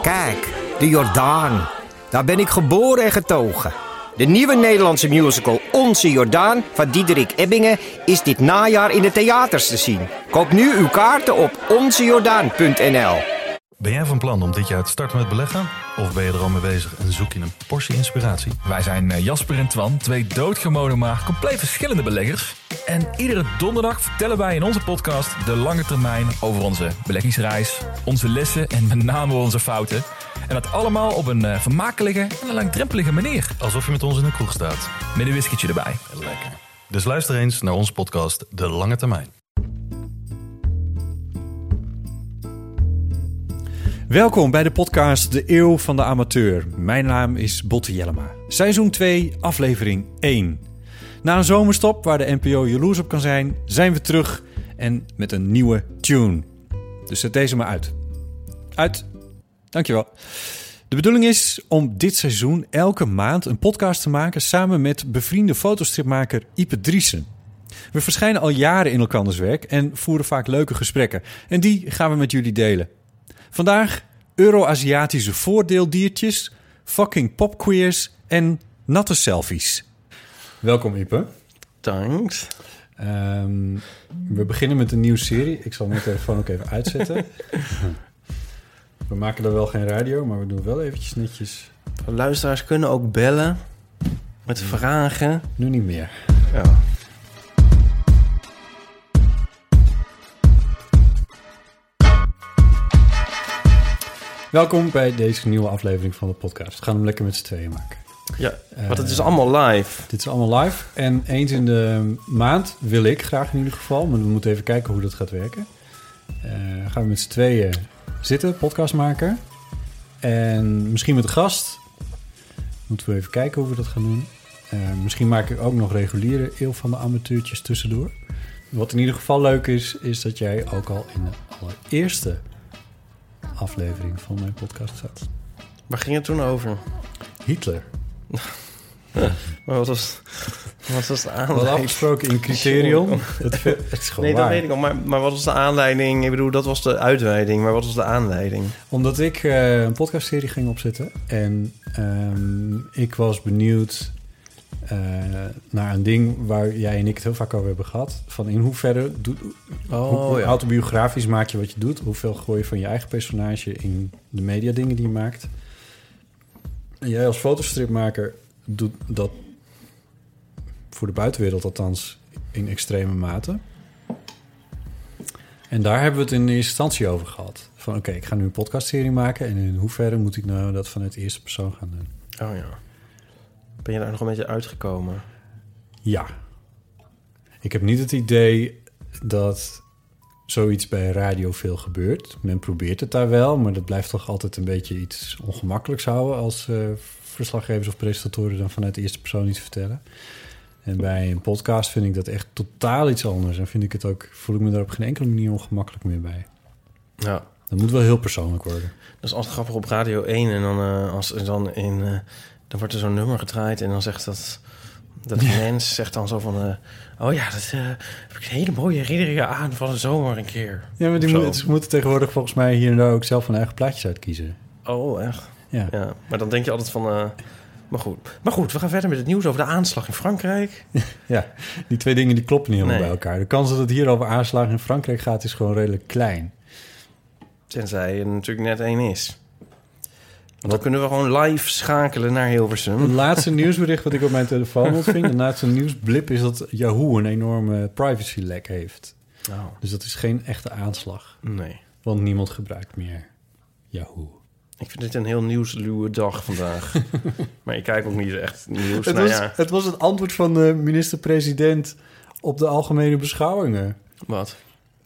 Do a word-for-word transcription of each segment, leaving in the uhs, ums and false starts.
Kijk, de Jordaan. Daar ben ik geboren en getogen. De nieuwe Nederlandse musical Onze Jordaan van Diederik Ebbingen is dit najaar in de theaters te zien. Koop nu uw kaarten op onze jordaan punt n l. Ben jij van plan om dit jaar te starten met beleggen? Of ben je er al mee bezig en zoek je een portie inspiratie? Wij zijn Jasper en Twan, twee doodgewone maar compleet verschillende beleggers. En iedere donderdag vertellen wij in onze podcast de lange termijn over onze beleggingsreis, onze lessen en met name onze fouten. En dat allemaal op een uh, vermakelijke en een langdrempelige manier. Alsof je met ons in de kroeg staat. Met een whiskietje erbij. Lekker. Dus luister eens naar onze podcast De Lange Termijn. Welkom bij de podcast De Eeuw van de Amateur. Mijn naam is Botte Jellema. Seizoen twee, aflevering één. Na een zomerstop waar de N P O jaloers op kan zijn, zijn we terug en met een nieuwe tune. Dus zet deze maar uit. Uit. Dankjewel. De bedoeling is om dit seizoen elke maand een podcast te maken samen met bevriende fotostripmaker Ipe Driessen. We verschijnen al jaren in elkanders werk en voeren vaak leuke gesprekken. En die gaan we met jullie delen. Vandaag Euro-Aziatische voordeeldiertjes, fucking popqueers en natte selfies. Welkom Ipe. Thanks. Um, we beginnen met een nieuwe serie. Ik zal mijn telefoon ook even uitzetten. We maken er wel geen radio, maar we doen wel eventjes netjes. De luisteraars kunnen ook bellen met vragen. Nu niet meer. Ja. Welkom bij deze nieuwe aflevering van de podcast. We gaan hem lekker met z'n tweeën maken. Ja, want het is allemaal live. Dit is allemaal live. En eens in de maand wil ik graag in ieder geval, maar we moeten even kijken hoe dat gaat werken. Uh, gaan we met z'n tweeën zitten, podcast maken. En misschien met een gast. Moeten we even kijken hoe we dat gaan doen. Uh, misschien maak ik ook nog reguliere Eeuw van de Amateurtjes tussendoor. Wat in ieder geval leuk is, is dat jij ook al in de allereerste aflevering van mijn podcast zat. Waar ging het toen over? Hitler. Maar wat was, wat was de aanleiding? Wat afgesproken in Criterion. het, het is gewoon nee, waar. dat weet ik al. Maar, maar wat was de aanleiding? Ik bedoel, dat was de uitweiding. Maar wat was de aanleiding? Omdat ik uh, een podcastserie ging opzetten. En um, ik was benieuwd uh, naar een ding waar jij en ik het heel vaak over hebben gehad. Van in hoeverre doe, oh, hoe, hoe ja. autobiografisch maak je wat je doet. Hoeveel gooi je van je eigen personage in de media dingen die je maakt. En jij als fotostripmaker doet dat voor de buitenwereld althans in extreme mate. En daar hebben we het in eerste instantie over gehad. Van oké, okay, ik ga nu een podcastserie maken en in hoeverre moet ik nou dat vanuit de eerste persoon gaan doen? Oh ja. Ben je daar nog een beetje uitgekomen? Ja. Ik heb niet het idee dat zoiets bij radio veel gebeurt. Men probeert het daar wel, maar dat blijft toch altijd een beetje iets ongemakkelijks houden als uh, verslaggevers of presentatoren dan vanuit de eerste persoon iets vertellen. En bij een podcast vind ik dat echt totaal iets anders. En vind ik het ook, voel ik me daar op geen enkele manier ongemakkelijk meer bij. Ja. Dat moet wel heel persoonlijk worden. Dat is altijd grappig op Radio één. En dan, uh, als, dan, in, uh, dan wordt er zo'n nummer gedraaid en dan zegt dat... Dat ja. mens zegt dan zo van... Uh, oh ja, dat uh, heb ik een hele mooie herinneringen aan van de zomer een keer. Ja, maar die moet, ze moeten tegenwoordig volgens mij hier en daar ook zelf hun eigen plaatjes uitkiezen. Oh, echt? Ja. ja. Maar dan denk je altijd van... Uh, maar, goed. maar goed, we gaan verder met het nieuws over de aanslag in Frankrijk. Ja, die twee dingen die kloppen niet helemaal nee. bij elkaar. De kans dat het hier over aanslagen in Frankrijk gaat is gewoon redelijk klein. Tenzij er natuurlijk net één is. Want dan kunnen we gewoon live schakelen naar Hilversum. Het laatste nieuwsbericht wat ik op mijn telefoon ontving... de laatste nieuwsblip is dat Yahoo een enorme privacylek heeft. Oh. Dus dat is geen echte aanslag. Nee. Want niemand gebruikt meer Yahoo. Ik vind dit een heel nieuwsluwe dag vandaag. Maar ik kijk ook niet echt nieuws. Het, nou, was, ja. het was het antwoord van de minister-president op de algemene beschouwingen. Wat?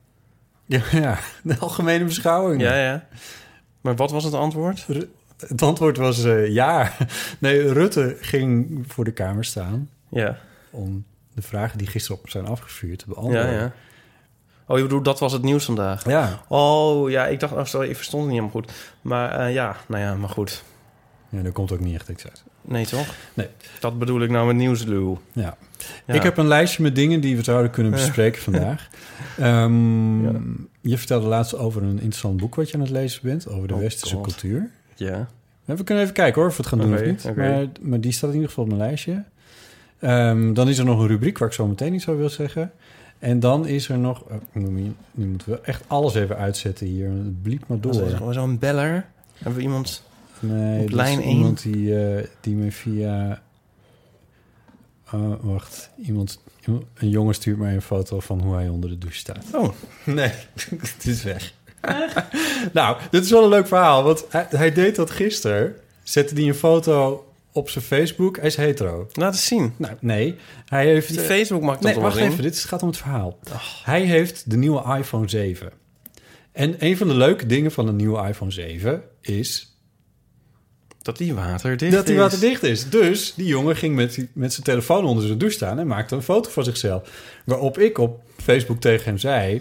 Ja, ja, de algemene beschouwingen. Ja, ja. Maar wat was het antwoord? Het antwoord was uh, ja. Nee, Rutte ging voor de Kamer staan... Ja. om de vragen die gisteren op zijn afgevuurd te beantwoorden. Ja, ja. Oh, je bedoelt, dat was het nieuws vandaag? Ja. Oh, ja, ik dacht... Oh, sorry, ik verstond het niet helemaal goed. Maar uh, ja, nou ja, maar goed. Ja, daar komt ook niet echt iets uit. Nee, toch? Nee. Dat bedoel ik nou met nieuwsluw. Ja. Ja. Ik heb een lijstje met dingen die we zouden kunnen bespreken vandaag. Um, ja. Je vertelde laatst over een interessant boek wat je aan het lezen bent... over de oh, westerse God. cultuur. Ja. We kunnen even kijken hoor, of we het gaan doen Oké, of niet. oké. Maar, maar die staat in ieder geval op mijn lijstje. Um, dan is er nog een rubriek waar ik zo meteen iets over wil zeggen. En dan is er nog... Oh, nu, nu moeten we echt alles even uitzetten hier. Het bliep maar door. Was er zo'n beller? Hebben we iemand... Nee, op dat lijn is één? iemand die, uh, die me via... Uh, wacht, iemand, een jongen stuurt mij een foto van hoe hij onder de douche staat. Oh. Nee, het is weg. Nou, dit is wel een leuk verhaal. Want hij, hij deed dat gisteren. Zette hij een foto op zijn Facebook. Hij is hetero. Laat eens zien. Nou, nee. Hij heeft... Die Facebook mag ik Nee, toch wel wacht zien? even. Dit gaat om het verhaal. Oh. Hij heeft de nieuwe iPhone zeven. En een van de leuke dingen van de nieuwe iPhone zeven is... Dat die waterdicht dat die is. waterdicht is. Dus die jongen ging met, die, met zijn telefoon onder zijn douche staan... en maakte een foto van zichzelf. Waarop ik op Facebook tegen hem zei...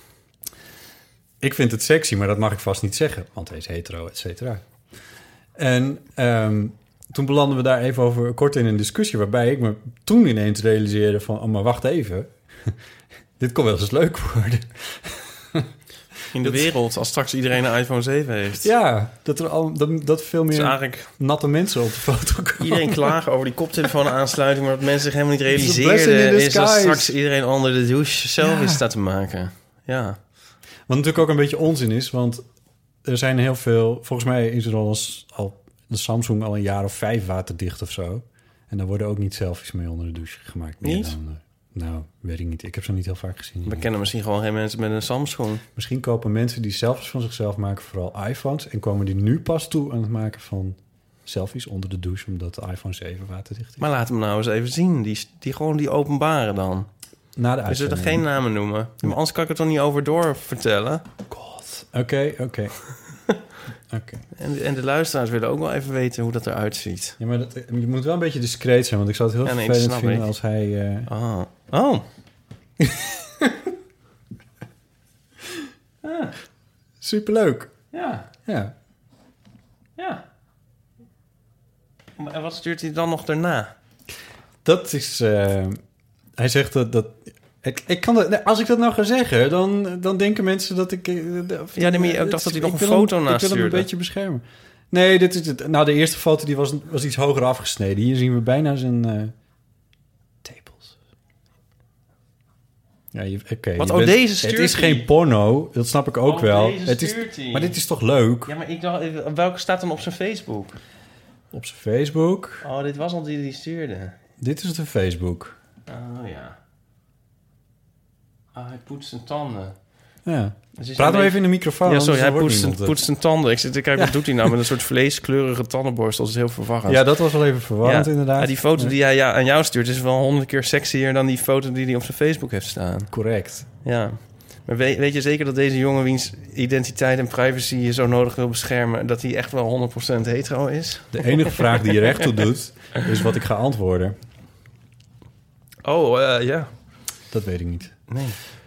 ik vind het sexy, maar dat mag ik vast niet zeggen. Want hij is hetero, et cetera. En um, toen belanden we daar even over kort in een discussie... waarbij ik me toen ineens realiseerde van... oh, maar wacht even. Dit kon wel eens leuk worden. In de dat, wereld, als straks iedereen een iPhone zeven heeft. Ja, dat er al dat, dat veel meer dus eigenlijk natte mensen op de foto komen. Iedereen klagen over die koptelefoon aansluiting... maar wat mensen zich helemaal niet realiseerden... is dat straks iedereen onder de douche zelf ja. is staat te maken. Ja. Wat natuurlijk ook een beetje onzin is, want er zijn heel veel... Volgens mij is er al, als, al de Samsung al een jaar of vijf waterdicht of zo. En daar worden ook niet selfies mee onder de douche gemaakt. Niet? Dan, nou, weet ik niet. Ik heb ze niet heel vaak gezien. We kennen misschien gewoon geen mensen met een Samsung. Misschien kopen mensen die selfies van zichzelf maken vooral iPhones... en komen die nu pas toe aan het maken van selfies onder de douche... omdat de iPhone zeven waterdicht is. Maar laat hem nou eens even zien. Die, die gewoon die openbaren dan. Na de we zullen er geen namen noemen. Maar anders kan ik het er niet over door vertellen. God. Oké, oké. Oké. En, en de luisteraars willen ook wel even weten hoe dat eruit ziet. Ja, maar dat, je moet wel een beetje discreet zijn... want ik zou het heel ja, nee, vervelend vinden ik. als hij... Uh... Oh. Oh. ah. Superleuk. Ja. Ja. Ja. En wat stuurt hij dan nog daarna? Dat is... Uh, hij zegt dat... dat ik, ik kan dat, als ik dat nou ga zeggen, dan, dan denken mensen dat ik... Of, ja, nee, ik dacht dat hij nog een foto naast stuurde. Ik wil hem een beetje beschermen. Nee, dit is het. Nou, de eerste foto die was, was iets hoger afgesneden. Hier zien we bijna zijn uh, tepels. Ja, oké. Okay, Wat, oh, bent, deze stuurt Het is hij. Geen porno, dat snap ik ook oh, wel. Deze het is, hij. Maar dit is toch leuk? Ja, maar ik dacht, welke staat dan op zijn Facebook? Op zijn Facebook? Oh, dit was al die die stuurde. Dit is de Facebook. Oh, ja. Ah, hij poetst zijn tanden. Ja. Dus Praat nou even in de microfoon. Ja, sorry, hij poetst zijn, poetst zijn tanden. Ik zit te kijken, ja. Wat doet hij nou met een soort vleeskleurige tandenborstel? Dat is heel verwarrend. Ja, dat was wel even verwarrend, ja. inderdaad. Ja, die foto die hij ja, aan jou stuurt is wel honderd keer sexier dan die foto die hij op zijn Facebook heeft staan. Correct. Ja. Maar weet, weet je zeker dat deze jongen wiens identiteit en privacy je zo nodig wil beschermen, dat hij echt wel honderd procent hetero is? De enige vraag die je recht toe doet, is wat ik ga antwoorden. Oh, uh, ja. Dat weet ik niet. Nee.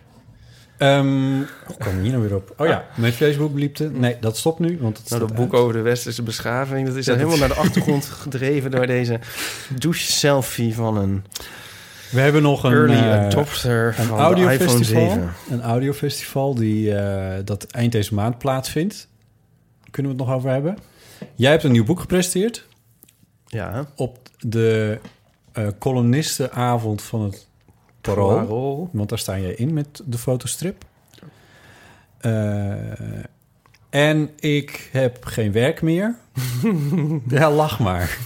Um, hoe kwam hier nou weer op? Oh ja, mijn Facebook bliepte. Nee, dat stopt nu. Want het nou, dat boek uit. over de westerse beschaving, dat is ja, dat helemaal naar de achtergrond gedreven door deze douche-selfie van een... We hebben nog een early uh, adopter een van audiofestival, de iPhone zeven. Een audiofestival die uh, dat eind deze maand plaatsvindt. Kunnen we het nog over hebben? Jij hebt een nieuw boek gepresenteerd. Ja. Op de uh, columnistenavond van het Parool. Parool. Want daar sta jij in met de fotostrip. Uh, en ik heb geen werk meer. Ja, lach maar.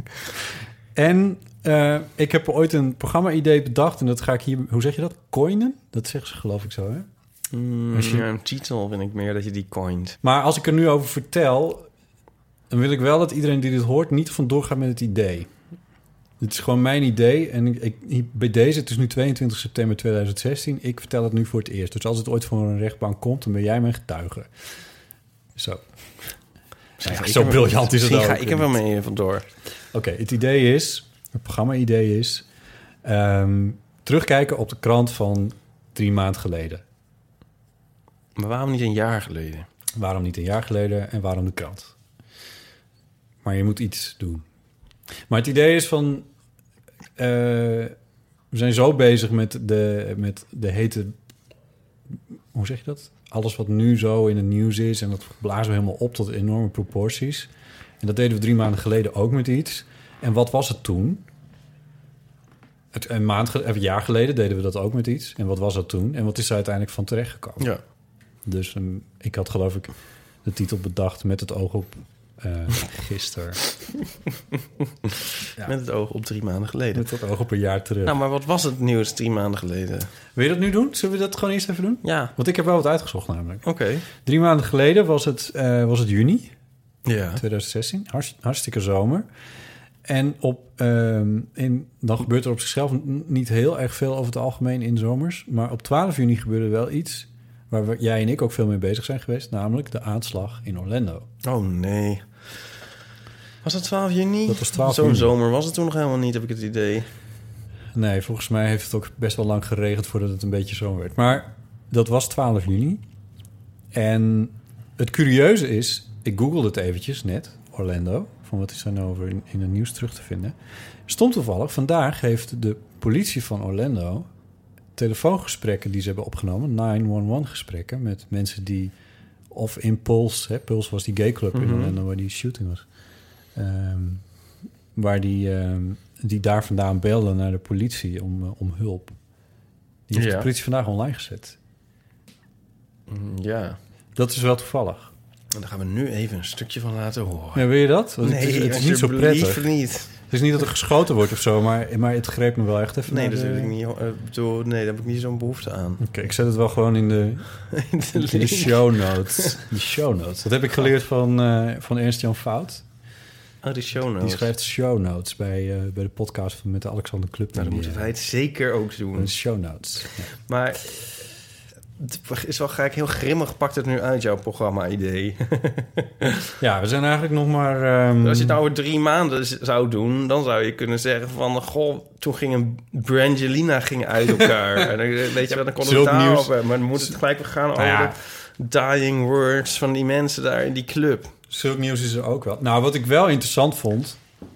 En uh, ik heb ooit een programma-idee bedacht. En dat ga ik hier... Hoe zeg je dat? Coinen? Dat zeggen ze geloof ik zo, hè? Mm, als je, ja, een titel vind ik meer dat je die coint. Maar als ik er nu over vertel... dan wil ik wel dat iedereen die dit hoort... niet vandoor gaat met het idee. Dit is gewoon mijn idee. En ik, ik, bij deze, het is nu tweeëntwintig september tweeduizend zestien. Ik vertel het nu voor het eerst. Dus als het ooit voor een rechtbank komt... dan ben jij mijn getuige. Zo. Nou ja, zo briljant is het ook. Ga ik er wel mee vandoor. Oké, okay, het idee is... het programma-idee is... Um, terugkijken op de krant van drie maanden geleden. Maar waarom niet een jaar geleden? Waarom niet een jaar geleden en waarom de krant? Maar je moet iets doen. Maar het idee is van... Uh, we zijn zo bezig met de, met de hete... Hoe zeg je dat? alles wat nu zo in het nieuws is... en dat blazen we helemaal op tot enorme proporties. En dat deden we drie maanden geleden ook met iets. En wat was het toen? Het, een, maand, een jaar geleden deden we dat ook met iets. En wat was dat toen? En wat is er uiteindelijk van terechtgekomen? Ja. Dus um, ik had geloof ik de titel bedacht met het oog op uh, gisteren. Ja. Met het oog op drie maanden geleden. Met het oog op een jaar terug. Nou, maar wat was het nieuws drie maanden geleden? Wil je dat nu doen? Zullen we dat gewoon eerst even doen? Ja. Want ik heb wel wat uitgezocht namelijk. Oké. Okay. Drie maanden geleden was het, uh, was het juni. Ja. twintig zestien. Hartst, hartstikke zomer. En op, um, in, dan gebeurt er op zichzelf niet heel erg veel over het algemeen in zomers. Maar op twaalf juni gebeurde wel iets waar we, jij en ik ook veel mee bezig zijn geweest. Namelijk de aanslag in Orlando. Oh nee. Was dat twaalf juni? Dat was twaalf Zo'n juni. zomer was het toen nog helemaal niet, heb ik het idee. Nee, volgens mij heeft het ook best wel lang geregend voordat het een beetje zomer werd. Maar dat was twaalf juni. En het curieuze is, ik googelde het eventjes net, Orlando... van wat is daar nou over in, in het nieuws terug te vinden. Stond toevallig, vandaag heeft de politie van Orlando... telefoongesprekken die ze hebben opgenomen... negen een een gesprekken met mensen die... of in Pulse, hè, Pulse was die gayclub mm-hmm. in Orlando waar die shooting was... Um, waar die, um, die daar vandaan belden naar de politie om, uh, om hulp. Die heeft ja. de politie vandaag online gezet. Mm, ja. Dat is wel toevallig. En daar gaan we nu even een stukje van laten horen. Ja, wil je dat? Want nee, het is, het is niet zo prettig. Niet. Het is niet dat er geschoten wordt of zo, maar, maar het greep me wel echt even. Nee, dat de... wil ik niet. Uh, bedoel, nee, daar heb ik niet zo'n behoefte aan. Oké, okay, ik zet het wel gewoon in de, in de, in de show notes. De show notes. Dat heb ik geleerd van, uh, van Ernst-Jan Fout. Oh, die show notes. Die schrijft show notes bij, uh, bij de podcast van met de Alexander Club. Nou, dan moeten wij het zeker ook doen. Show notes. Ja. Maar het is wel gelijk heel grimmig, pakt het nu uit, jouw programma-idee. Ja, we zijn eigenlijk nog maar... Um... Als je het nou over drie maanden zou doen, dan zou je kunnen zeggen van... Goh, toen gingen Brangelina ging uit elkaar. En dan, weet je wel, dan kon het daarop hebben. Maar dan moet het gelijk weer gaan nou over ja. de dying words van die mensen daar in die club. Zulk nieuws is er ook wel. Nou, wat ik wel interessant vond...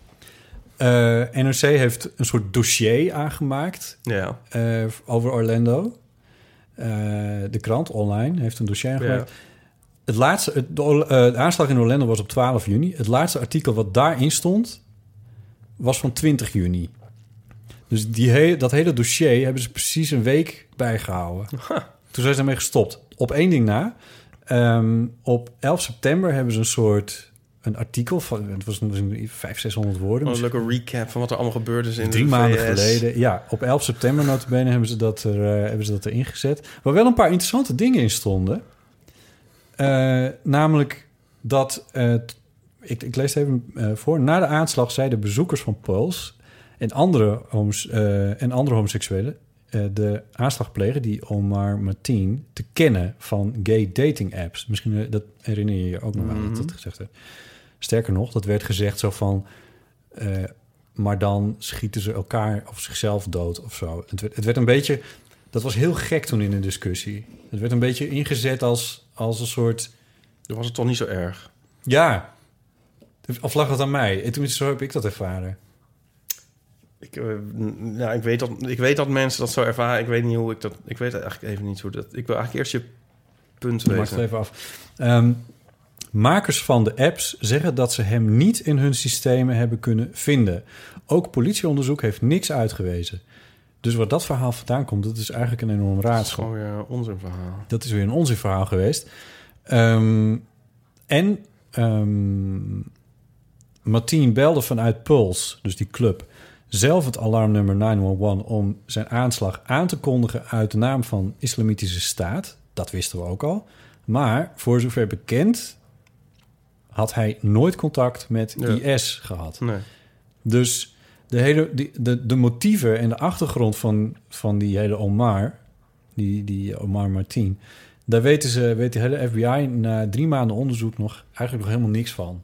Uh, N R C heeft een soort dossier aangemaakt... Ja. Uh, over Orlando... Uh, de krant online heeft een dossier gemaakt. Ja. Het laatste, het, de, uh, de aanslag in Orlando was op twaalf juni. Het laatste artikel wat daarin stond was van twintig juni. Dus die he- dat hele dossier hebben ze precies een week bijgehouden. Huh. Toen zijn ze ermee gestopt. Op één ding na. Um, op elf september hebben ze een soort... een artikel van... het was vijfhonderd, zeshonderd woorden. Oh, een leuke recap van wat er allemaal gebeurd is in Drie de maanden V S. geleden. Ja, op elf september notabene hebben ze dat, er, uh, hebben ze dat erin gezet. Waar wel een paar interessante dingen in stonden. Uh, namelijk dat... Uh, t- ik, ik lees het even uh, voor. Na de aanslag zeiden bezoekers van Pulse... en andere, homo's, uh, en andere homoseksuelen... Uh, de aanslag plegen die Omar Mateen te kennen van gay dating apps. Misschien uh, dat herinner je je ook nog wel mm-hmm. dat dat gezegd werd. Sterker nog, dat werd gezegd zo van... Uh, maar dan schieten ze elkaar of zichzelf dood of zo. Het werd, het werd een beetje... Dat was heel gek toen in de discussie. Het werd een beetje ingezet als, als een soort... Dan was het toch niet zo erg? Ja. Of lag het aan mij? En tenminste, zo heb ik dat ervaren. Ik, uh, ja, ik, weet dat, ik weet dat mensen dat zo ervaren. Ik weet niet hoe ik dat... Ik weet eigenlijk even niet hoe dat... Ik wil eigenlijk eerst je punt weten. Maak het even af. Um, makers van de apps zeggen dat ze hem niet in hun systemen hebben kunnen vinden. Ook politieonderzoek heeft niks uitgewezen. Dus waar dat verhaal vandaan komt, dat is eigenlijk een enorm raadsel. Dat is gewoon weer een onzinverhaal. Dat is weer een onzinverhaal geweest. Um, en um, Mateen belde vanuit Pulse, dus die club... zelf het alarmnummer negen een een om zijn aanslag aan te kondigen uit de naam van Islamitische Staat. Dat wisten we ook al. Maar voor zover bekend had hij nooit contact met ja. I S gehad. Nee. Dus de, hele, die, de, de motieven en de achtergrond van, van die hele Omar, die, die Omar Mateen, daar weten ze, weet de hele F B I na drie maanden onderzoek nog eigenlijk nog helemaal niks van.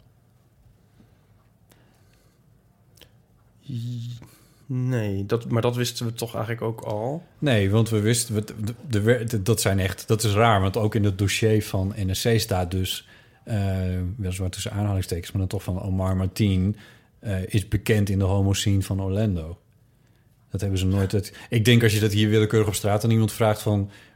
Nee, dat, maar dat wisten we toch eigenlijk ook al? Nee, want we wisten... We, de, de, de, dat zijn echt... Dat is raar, want ook in het dossier van N R C staat dus... Uh, weliswaar tussen aanhalingstekens, maar dan toch van Omar Mateen... Uh, is bekend in de homo-scene van Orlando. Dat hebben ze nooit... Het, ik denk als je dat hier willekeurig op straat aan iemand vraagt van...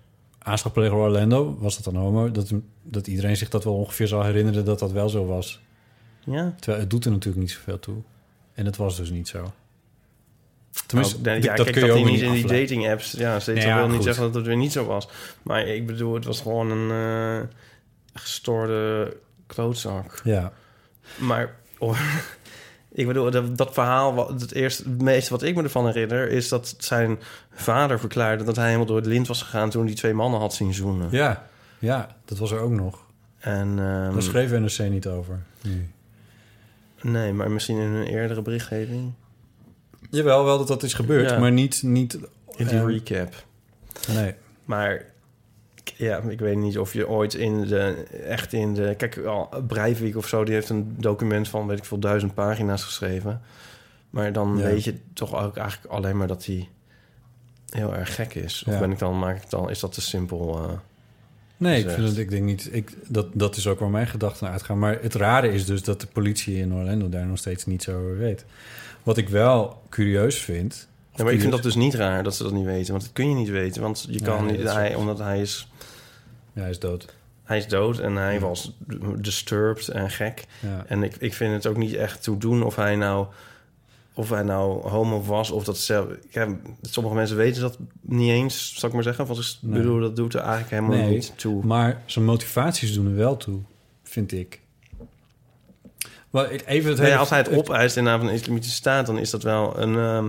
aanslagpleger Orlando, was dat dan homo? Dat, dat iedereen zich dat wel ongeveer zal herinneren dat dat wel zo was. Ja. Terwijl het doet er natuurlijk niet zoveel toe. En het was dus niet zo. Tenminste, Nou, dit- ja, dat kijk, kun je dat ook hij niet niet in die afleiden. dating apps... Ja, steeds Nee, ja, wil niet goed. zeggen dat het weer niet zo was. Maar ik bedoel, het was gewoon een uh, gestoorde klootzak. Ja. Maar oh, ik bedoel, dat, dat verhaal... wat- Het, eerste, het meeste wat ik me ervan herinner... is dat zijn vader verklaarde... dat hij helemaal door het lint was gegaan... toen die twee mannen had zien zoenen. Ja, ja, dat was er ook nog. En, um, Daar schreef N R C niet over. Nee. Nee, maar misschien in een eerdere berichtgeving. Jawel, wel dat dat is gebeurd, Ja. maar niet... niet In die eh, recap. Nee. Maar ja, ik weet niet of je ooit in de... Echt in de... Kijk, al Breivik of zo... die heeft een document van, weet ik veel, duizend pagina's geschreven. Maar dan Ja. weet je toch ook eigenlijk alleen maar dat hij heel erg gek is. Of Ja. ben ik dan, maak ik dan... Is dat te simpel? Uh, Nee, ik, gezegd. vind het, ik denk niet... Ik, dat, dat is ook waar mijn gedachten naar uitgaan. Maar het rare is dus dat de politie in Orlando... daar nog steeds niet zo over weet. Wat ik wel curieus vind... Ja, maar ik vind dat dus niet raar dat ze dat niet weten. Want dat kun je niet weten. Want je Ja, kan nee, niet... dat is Hij, waar. omdat hij is... Ja, hij is dood. Hij is dood en hij was disturbed en gek. Ja. En ik, ik vind het ook niet echt toe doen of hij nou... Of hij nou homo was of dat zelf... Ja, sommige mensen weten dat niet eens, zal ik maar zeggen. Want ik Nee. bedoel, dat doet er eigenlijk helemaal Nee, niet toe. Maar zijn motivaties doen er wel toe, vind ik. Maar ik- even het Nee, hele- als hij het opeist in naam van de islamitische staat... dan is dat wel een... ehm,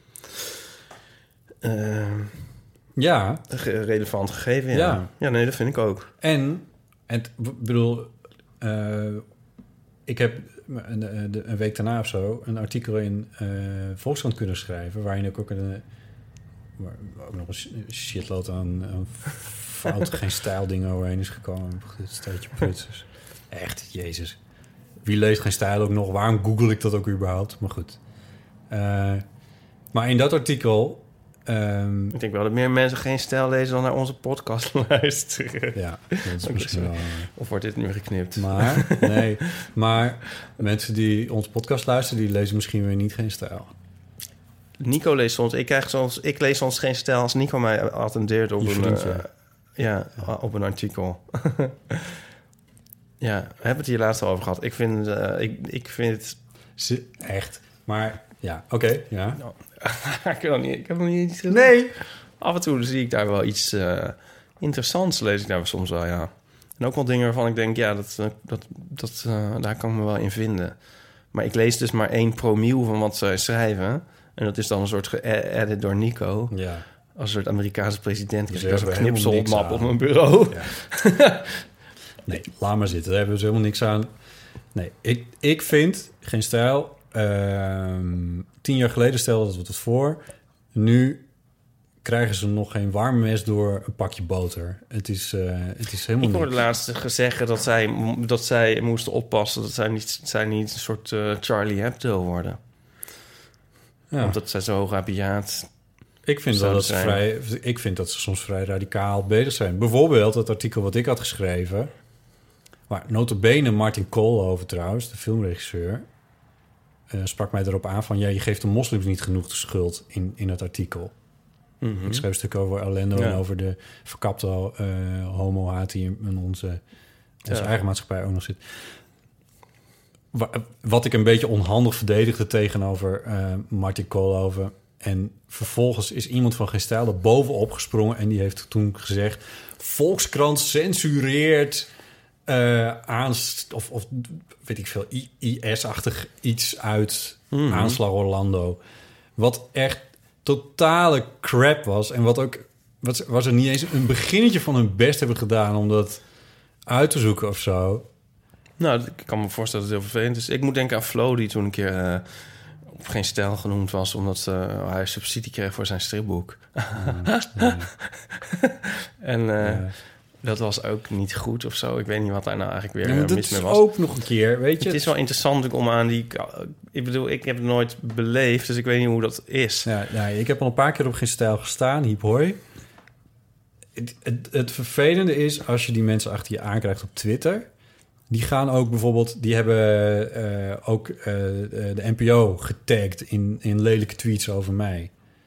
ehm, Ja, ge- relevant gegeven, ja. Ja. ja. nee, dat vind ik ook. en... en t- ik bedoel... eh, ik heb een, een, een week daarna of zo... een artikel in eh Volkskrant kunnen schrijven... waarin ik ook, een, waar ook nog een shitload aan, aan fout, geen stijl dingen overheen is gekomen. Het staatje prutsers. Echt, jezus. Wie leest geen stijl ook nog? Waarom google ik dat ook überhaupt? Maar goed. Eh, maar in dat artikel... ehm, Ik denk wel dat meer mensen geen stijl lezen... dan naar onze podcast luisteren. ja, dat is Oké, misschien zo. wel... Of wordt dit nu geknipt? Maar, nee, maar mensen die onze podcast luisteren... die lezen misschien weer niet geen stijl. Nico leest soms... Ik, krijg soms, ik lees soms geen stijl als Nico mij attendeert op Je een... vriendje. eh, ja, op een artikel. Ja, we hebben het hier laatst al over gehad. Ik vind, eh, ik, ik vind het... Ze, echt. Maar, ja, oké, ja. Nou, ik, heb nog niet, ik heb nog niet iets gezegd. Nee! Af en toe zie ik daar wel iets eh, interessants, lees ik daar soms wel, ja. En ook wel dingen waarvan ik denk, ja, dat, eh, dat, dat, eh, daar kan ik me wel in vinden. Maar ik lees dus maar één promiel van wat zij schrijven. En dat is dan een soort ge-edit door Nico. Ja. Als een soort Amerikaanse president. Dus Dus ik als daar een hebben we helemaal knipselmap niks op aan. mijn bureau. Ja. Nee, laat maar zitten. Daar hebben we dus helemaal niks aan. Nee, ik, ik vind geen stijl. Ehm, tien jaar geleden stelde dat we het voor. Nu krijgen ze nog geen warm mes door een pakje boter. Het is, uh, het is helemaal Ik hoorde niks. laatst zeggen dat zij, dat zij moesten oppassen... dat zij niet, zij niet een soort uh, Charlie Hebdo worden. Ja. Omdat zij zo hoog rabiaat... Ik vind, wel dat ze vrij, ik vind dat ze soms vrij radicaal bezig zijn. Bijvoorbeeld het artikel wat ik had geschreven... waar nota bene Martin Koolhoven trouwens, de filmregisseur... Uh, sprak mij erop aan van... ja, je geeft de moslims niet genoeg de schuld in, in het artikel. Mm-hmm. Ik schreef een stuk over Orlando... Ja. En over de verkapte uh, homo-haat die in onze, onze ja. eigen maatschappij ook nog zit. Wat ik een beetje onhandig verdedigde tegenover uh, Martin Koolhoven... En vervolgens is iemand van Geen Stijl er bovenop gesprongen... en die heeft toen gezegd... Volkskrant censureert uh, aan... Of, of weet ik veel, I S-achtig iets uit mm-hmm. Aanslag Orlando. Wat echt totale crap was. En wat ook... Wat, was er niet eens een beginnetje van hun best hebben gedaan... om dat uit te zoeken of zo. Nou, ik kan me voorstellen dat het heel vervelend is. Ik moet denken aan Flo, die toen een keer... Uh, Geen Stijl genoemd was... omdat uh, hij subsidie kreeg voor zijn stripboek. Mm, ja. en uh, ja. dat was ook niet goed of zo. Ik weet niet wat daar nou eigenlijk weer ja, mis mee was. ook nog een keer, weet je. Het is wel interessant om aan die... Ik bedoel, ik heb het nooit beleefd... dus ik weet niet hoe dat is. Ja, ja, ik heb al een paar keer op Geen Stijl gestaan. Hiep hoi. Het, het, het vervelende is... als je die mensen achter je aankrijgt op Twitter... Die gaan ook bijvoorbeeld... Die hebben uh, ook uh, de N P O getagd in, in lelijke tweets over mij.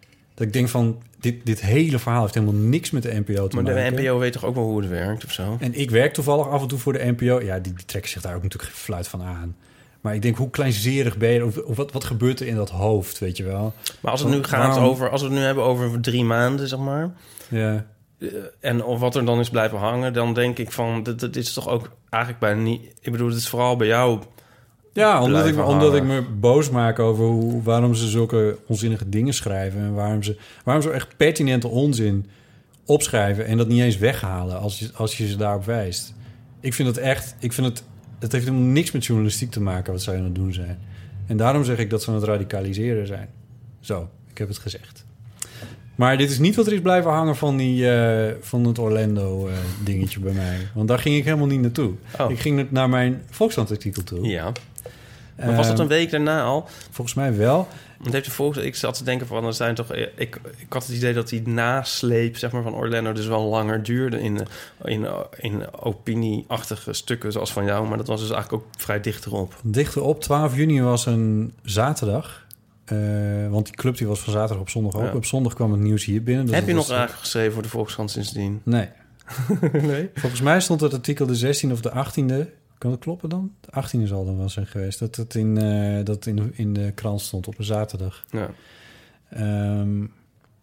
Dat ik denk van, dit, dit hele verhaal heeft helemaal niks met de N P O te maar maken. Maar de N P O weet toch ook wel hoe het werkt of zo? En ik werk toevallig af en toe voor de N P O. Ja, die, die trekken zich daar ook natuurlijk geen fluit van aan. Maar ik denk, hoe kleinzerig ben je? Of, of wat, wat gebeurt er in dat hoofd, weet je wel? Maar als het nu gaat Waarom? over... Als we het nu hebben over drie maanden, zeg maar... Ja. Uh, en of wat er dan is blijven hangen... dan denk ik van... Dit, dit is toch ook eigenlijk bijna niet... Ik bedoel, het is vooral bij jou... Ja, omdat ik, blijven omdat ik hangen. me boos maak over hoe, waarom ze zulke onzinnige dingen schrijven... en waarom ze, waarom ze echt pertinente onzin opschrijven... en dat niet eens weghalen als je, als je ze daarop wijst. Ik vind het echt... Ik vind het, het heeft helemaal niks met journalistiek te maken wat zij aan het doen zijn. En daarom zeg ik dat ze aan het radicaliseren zijn. Zo, ik heb het gezegd. Maar dit is niet wat er is blijven hangen van, die, uh, van het Orlando-dingetje uh, bij mij. Want daar ging ik helemaal niet naartoe. Oh. Ik ging naar mijn Volkskrant-artikel toe. Ja. Maar was dat een week daarna al? Volgens mij wel. Want heeft de volks, ik zat te denken van, er zijn toch, ik, ik had het idee dat die nasleep, zeg maar, van Orlando dus wel langer duurde in, in, in opinieachtige stukken zoals van jou, maar dat was dus eigenlijk ook vrij dichterop. Dichterop, twaalf juni was een zaterdag. Uh, want die club die was van zaterdag op zondag ook. Ja. Op zondag kwam het nieuws hier binnen. Dus heb je nog was, eigenlijk geschreven voor de Volkskrant sindsdien? Nee. Nee. Volgens mij stond het artikel de zestiende of de achttiende. Kan dat kloppen dan? De achttiende zal dan wel zijn geweest. Dat het in, uh, dat in, in de krant stond op een zaterdag. Ja. Um,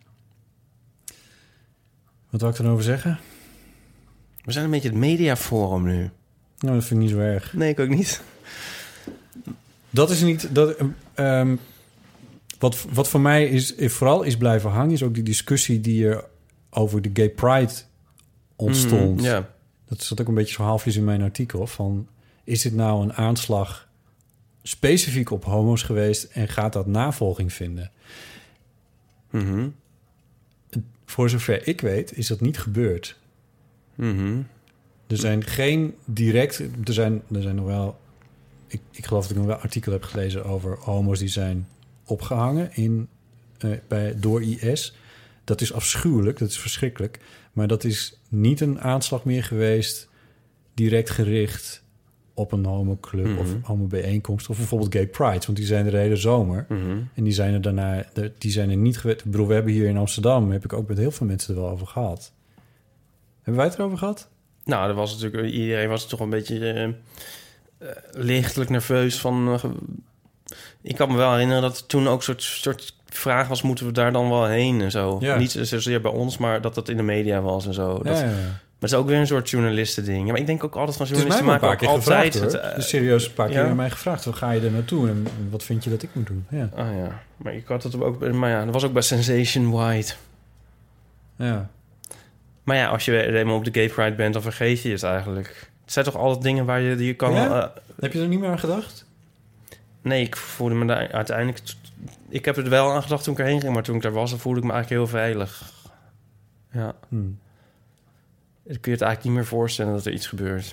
wat wil ik erover zeggen? We zijn een beetje het mediaforum nu. Nou, dat vind ik niet zo erg. Nee, ik ook niet. Dat is niet... Dat, um, wat, wat voor mij is, vooral is blijven hangen... is ook die discussie die er over de Gay Pride ontstond. Mm, ja. Dat zat ook een beetje zo halfjes in mijn artikel. Van, is dit nou een aanslag specifiek op homo's geweest... en gaat dat navolging vinden? Mm-hmm. Voor zover ik weet, is dat niet gebeurd. Mm-hmm. Er zijn geen direct... Er zijn, er zijn nog wel... Ik, ik geloof dat ik nog wel artikel heb gelezen over homo's... die zijn opgehangen in, uh, bij, door I S. Dat is afschuwelijk, dat is verschrikkelijk. Maar dat is niet een aanslag meer geweest... direct gericht op een homoclub mm-hmm. of homobijeenkomst... of bijvoorbeeld Gay Pride, want die zijn er de hele zomer. Mm-hmm. En die zijn er daarna... Die zijn er niet geweest. Ik bedoel, we hebben hier in Amsterdam... heb ik ook met heel veel mensen er wel over gehad. Hebben wij het erover gehad? Nou, er was natuurlijk... Iedereen was toch een beetje... Uh, uh, lichtelijk nerveus van... Uh, ik kan me wel herinneren dat er toen ook een soort, soort vraag was... moeten we daar dan wel heen en zo? Ja. Niet zozeer bij ons, maar dat dat in de media was en zo. Dat, Ja, ja, ja. Maar het is ook weer een soort journalistending. Ja, maar ik denk ook altijd van Het is mij journalisten maar een maken paar ook keer altijd... gevraagd, hoor. Het, uh, Dus serieus een paar keer ja? aan mij gevraagd. Waar ga je er naartoe en wat vind je dat ik moet doen? Ja. Ah ja, maar ik had het ook... Maar ja, dat was ook bij Sensation White. Ja. Maar ja, als je helemaal op de Gay Pride bent, dan vergeet je het eigenlijk. Het zijn toch altijd dingen waar je, die je kan... Ja? Uh, Heb je er niet meer aan gedacht? nee, ik voelde me daar uiteindelijk... Ik heb er wel aan gedacht toen ik erheen ging, maar toen ik daar was, dan voelde ik me eigenlijk heel veilig. Ja. Hmm. Dan kun je het eigenlijk niet meer voorstellen dat er iets gebeurt.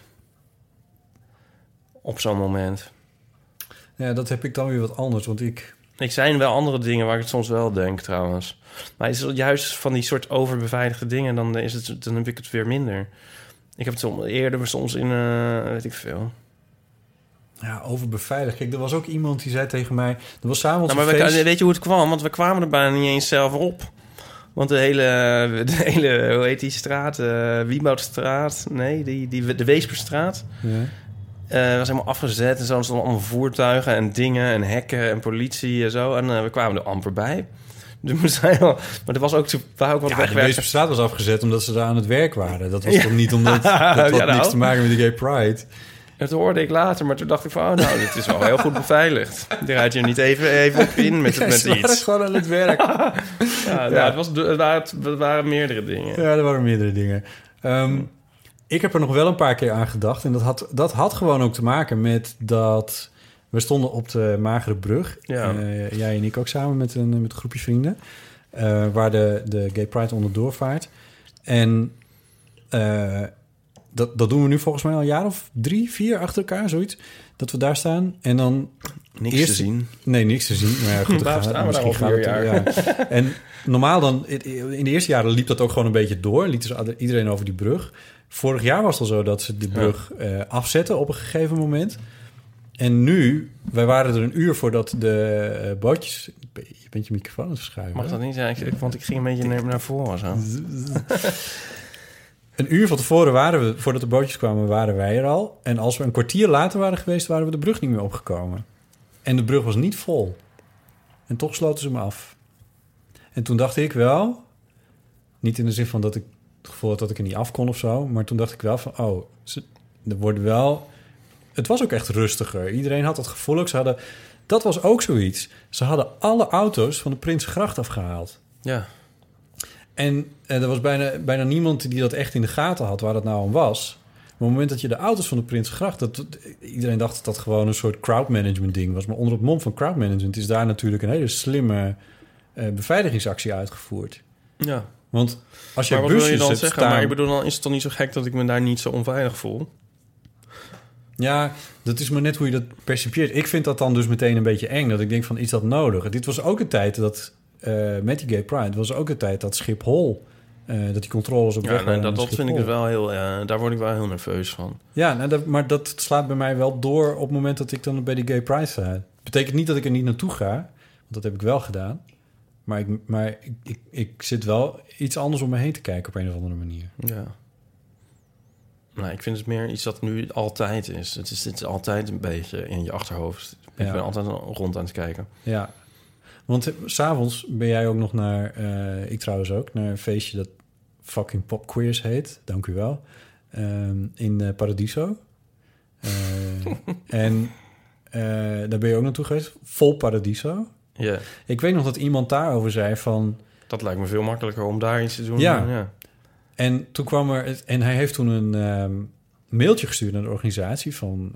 Op zo'n moment. Ja, dat heb ik dan weer wat anders, want ik... Ik zijn wel andere dingen waar ik het soms wel denk, trouwens. Maar is het juist van die soort overbeveiligde dingen, dan, is het, dan heb ik het weer minder. Ik heb het soms, eerder soms in, uh, weet ik veel... Ja, overbeveiligd. Kijk, er was ook iemand die zei tegen mij... Er was s'avonds nou, maar een we, feest... weet je hoe het kwam? Want we kwamen er bijna niet eens zelf op. Want de hele, de hele hoe heet die straat? Uh, Wieboudstraat? Nee, die, die, de Weesperstraat. Ja. Uh, was helemaal afgezet. En zo stonden allemaal voertuigen en dingen en hekken en politie en zo. En uh, we kwamen er amper bij. Dus we zijn wel, maar er was ook, waar ook wat Ja, wegwerken. de Weesperstraat was afgezet omdat ze daar aan het werk waren. Dat was ja. toch niet omdat... Dat had ja, nou. niks te maken met de Gay Pride. Dat hoorde ik later, maar toen dacht ik van... oh, nou, dit is wel heel goed beveiligd. Die rijdt je niet even, even op in met, ja, met ze iets. gewoon aan het werk. ja, ja. Nou, het, was, het, waren, het waren meerdere dingen. Ja, er waren meerdere dingen. Um, ik heb er nog wel een paar keer aan gedacht. En dat had, dat had gewoon ook te maken met dat... We stonden op de Magere Brug. Ja. Uh, jij en ik ook samen met een, met een groepje vrienden. Uh, waar de, de Gay Pride onderdoor vaart. En... Uh, Dat, dat doen we nu volgens mij al een jaar of drie, vier achter elkaar, zoiets. Dat we daar staan en dan... Niks eerst, te zien. Nee, niks te zien. Maar ja, goed, Waar gaat, staan we daar al vier jaar? Ja. En normaal dan... In de eerste jaren liep dat ook gewoon een beetje door. Liet dus iedereen over die brug. Vorig jaar was het al zo dat ze die brug ja. uh, afzetten op een gegeven moment. en nu, wij waren er een uur voordat de uh, bootjes... Je bent je microfoon aan het verschuiven. Mag dat niet? Ja, ik, want ik ging een beetje naar, naar voren zo. Een uur van tevoren waren we, voordat de bootjes kwamen, waren wij er al. En als we een kwartier later waren geweest, waren we de brug niet meer opgekomen. En de brug was niet vol. En toch sloten ze me af. En toen dacht ik wel, niet in de zin van dat ik het gevoel had dat ik er niet af kon of zo, maar toen dacht ik wel van, oh, ze, er wordt wel... Het was ook echt rustiger. Iedereen had dat gevoel ook. Ze hadden, dat was ook zoiets. Ze hadden alle auto's van de Prinsengracht afgehaald. Ja. En eh, er was bijna, bijna niemand die dat echt in de gaten had waar dat nou om was. Maar op het moment dat je de auto's van de Prinsengracht... Dat, iedereen dacht dat dat gewoon een soort crowdmanagement ding was. Maar onder het mom van crowdmanagement is daar natuurlijk een hele slimme uh, beveiligingsactie uitgevoerd. Ja. Want als je maar wat wil busjes je dan hebt zeggen? staan... Maar ik bedoel, dan is het toch niet zo gek dat ik me daar niet zo onveilig voel? Ja, dat is maar net hoe je dat percipieert. Ik vind dat dan dus meteen een beetje eng. Dat ik denk van, is dat nodig? Dit was ook een tijd dat... Uh, met die Gay Pride was ook een tijd dat Schiphol... Uh, dat die controles op ja, weg waren. Nee, dat, dat vind ik dus wel heel... Uh, daar word ik wel heel nerveus van. Ja, nou, dat, maar dat slaat bij mij wel door op het moment dat ik dan bij die Gay Pride sta. Betekent niet dat ik er niet naartoe ga. Want dat heb ik wel gedaan. Maar ik, maar ik, ik, ik zit wel iets anders om me heen te kijken op een of andere manier. Ja. Nou, ik vind het meer iets dat nu altijd is. Het is, het is altijd een beetje in je achterhoofd. Ik ja. ben altijd rond aan het kijken. Ja. Want 's avonds ben jij ook nog naar... Uh, ik trouwens ook, naar een feestje dat fucking Pop Queers heet. Dank u wel. Um, in uh, Paradiso. Uh, en uh, daar ben je ook naartoe geweest. Vol Paradiso. Ja. Ik weet nog dat iemand daarover zei van... Dat lijkt me veel makkelijker om daar iets te doen. Ja. ja. En toen kwam er... En hij heeft toen een um, mailtje gestuurd naar de organisatie van...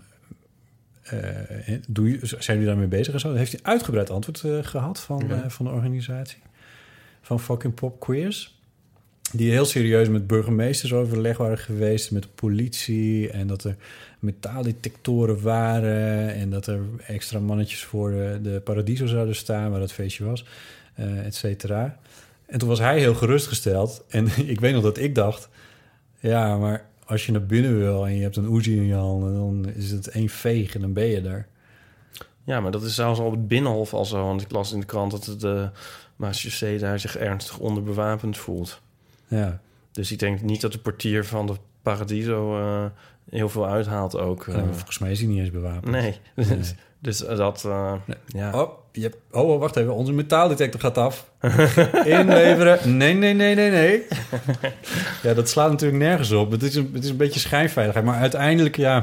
Uh, doe je, zijn jullie daarmee bezig en zo? Dan heeft hij uitgebreid antwoord uh, gehad van, ja. uh, van de organisatie. Van fucking Pop Queers. Die heel serieus met burgemeesters overleg waren geweest. Met de politie. En dat er metaaldetectoren waren. En dat er extra mannetjes voor de, de Paradiso zouden staan. Waar dat feestje was. Uh, et cetera. En toen was hij heel gerustgesteld. En ik weet nog dat ik dacht... Ja, maar... Als je naar binnen wil en je hebt een Uzi in je handen... dan is het één veeg en dan ben je er. Ja, maar dat is zelfs al op het Binnenhof al zo. Want ik las in de krant dat de marechaussee daar zich ernstig onderbewapend voelt. Ja. Dus ik denk niet dat de portier van de Paradiso uh, heel veel uithaalt ook. Uh. Uh, volgens mij is hij niet eens bewapend. Nee, nee. Dus dat... Uh, nee. ja. Oh, je hebt, oh, wacht even. Onze metaaldetector gaat af. Inleveren. Nee, nee, nee, nee, nee. Ja, dat slaat natuurlijk nergens op. Het is een, het is een beetje schijnveiligheid. Maar uiteindelijk, ja...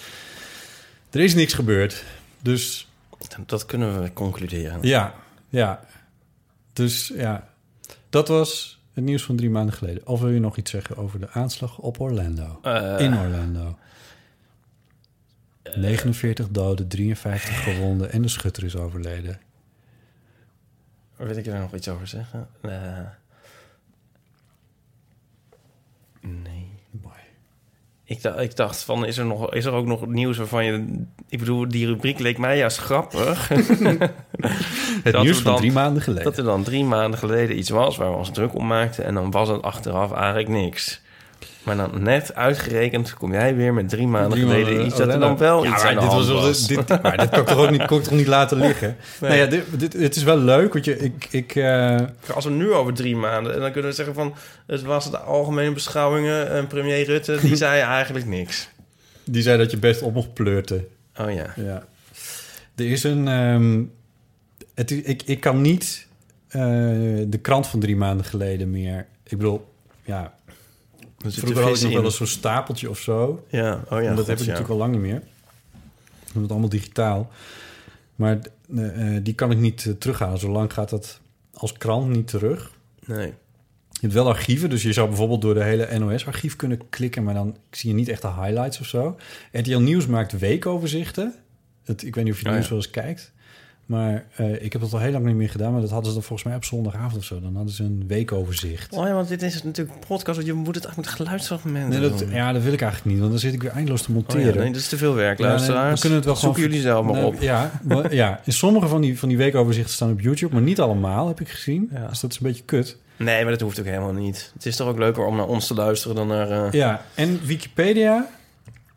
Er is niks gebeurd. Dus... Dat kunnen we concluderen. Ja, ja. Dus ja, dat was het nieuws van drie maanden geleden. Of wil je nog iets zeggen over de aanslag op Orlando? Uh, In Orlando. negenenveertig doden, drieënvijftig gewonden en de schutter is overleden. Wil ik er nog iets over zeggen? Uh, nee. Mooi. Ik, dacht, ik dacht van, is er, nog, is er ook nog nieuws waarvan je... Ik bedoel, die rubriek leek mij juist grappig. Het nieuws van dan, drie maanden geleden. Dat er dan drie maanden geleden iets was waar we ons druk om maakten... en dan was het achteraf eigenlijk niks. Maar dan net uitgerekend kom jij weer met drie maanden drie geleden maanden, iets... dat er dan wel ja, iets aan de hand was. was. Dit, maar dit kan ik toch ook niet, kon ik toch niet laten liggen? Nee. Nou ja, dit, dit, het is wel leuk, want je, ik... ik uh... Als we nu over drie maanden... en dan kunnen we zeggen van... het was de algemene beschouwingen... en premier Rutte, die zei eigenlijk niks. Die zei dat je best op mocht pleurten. Oh ja. Ja. Er is een... Um, het, ik, ik kan niet uh, de krant van drie maanden geleden meer... Ik bedoel, ja... Vroeger had ik nog wel eens zo'n stapeltje of zo. Ja, oh ja. En dat God, heb ik ja. natuurlijk al lang niet meer. Dat is allemaal digitaal. Maar uh, die kan ik niet uh, terughalen. Zolang gaat dat als krant niet terug. Nee. Je hebt wel archieven, dus je zou bijvoorbeeld door de hele N O S-archief kunnen klikken... maar dan zie je niet echt de highlights of zo. R T L Nieuws maakt weekoverzichten. Het, ik weet niet of je het oh, nieuws ja. wel eens kijkt. Maar uh, ik heb dat al heel lang niet meer gedaan... maar dat hadden ze dan volgens mij op zondagavond of zo. Dan hadden ze een weekoverzicht. Oh ja, want dit is natuurlijk een podcast... want je moet het eigenlijk met geluidsfragmenten nee, dat, ja, dat wil ik eigenlijk niet... want dan zit ik weer eindeloos te monteren. Oh ja, nee, dat is te veel werk, ja, luisteraars. nee, we kunnen het wel Zoeken gewoon... jullie zelf maar nou, op. Ja, maar, ja, in sommige van die, van die weekoverzichten staan op YouTube... maar niet allemaal, heb ik gezien. Ja. Dus dat is een beetje kut. Nee, maar dat hoeft ook helemaal niet. Het is toch ook leuker om naar ons te luisteren dan naar... Uh... Ja, en Wikipedia...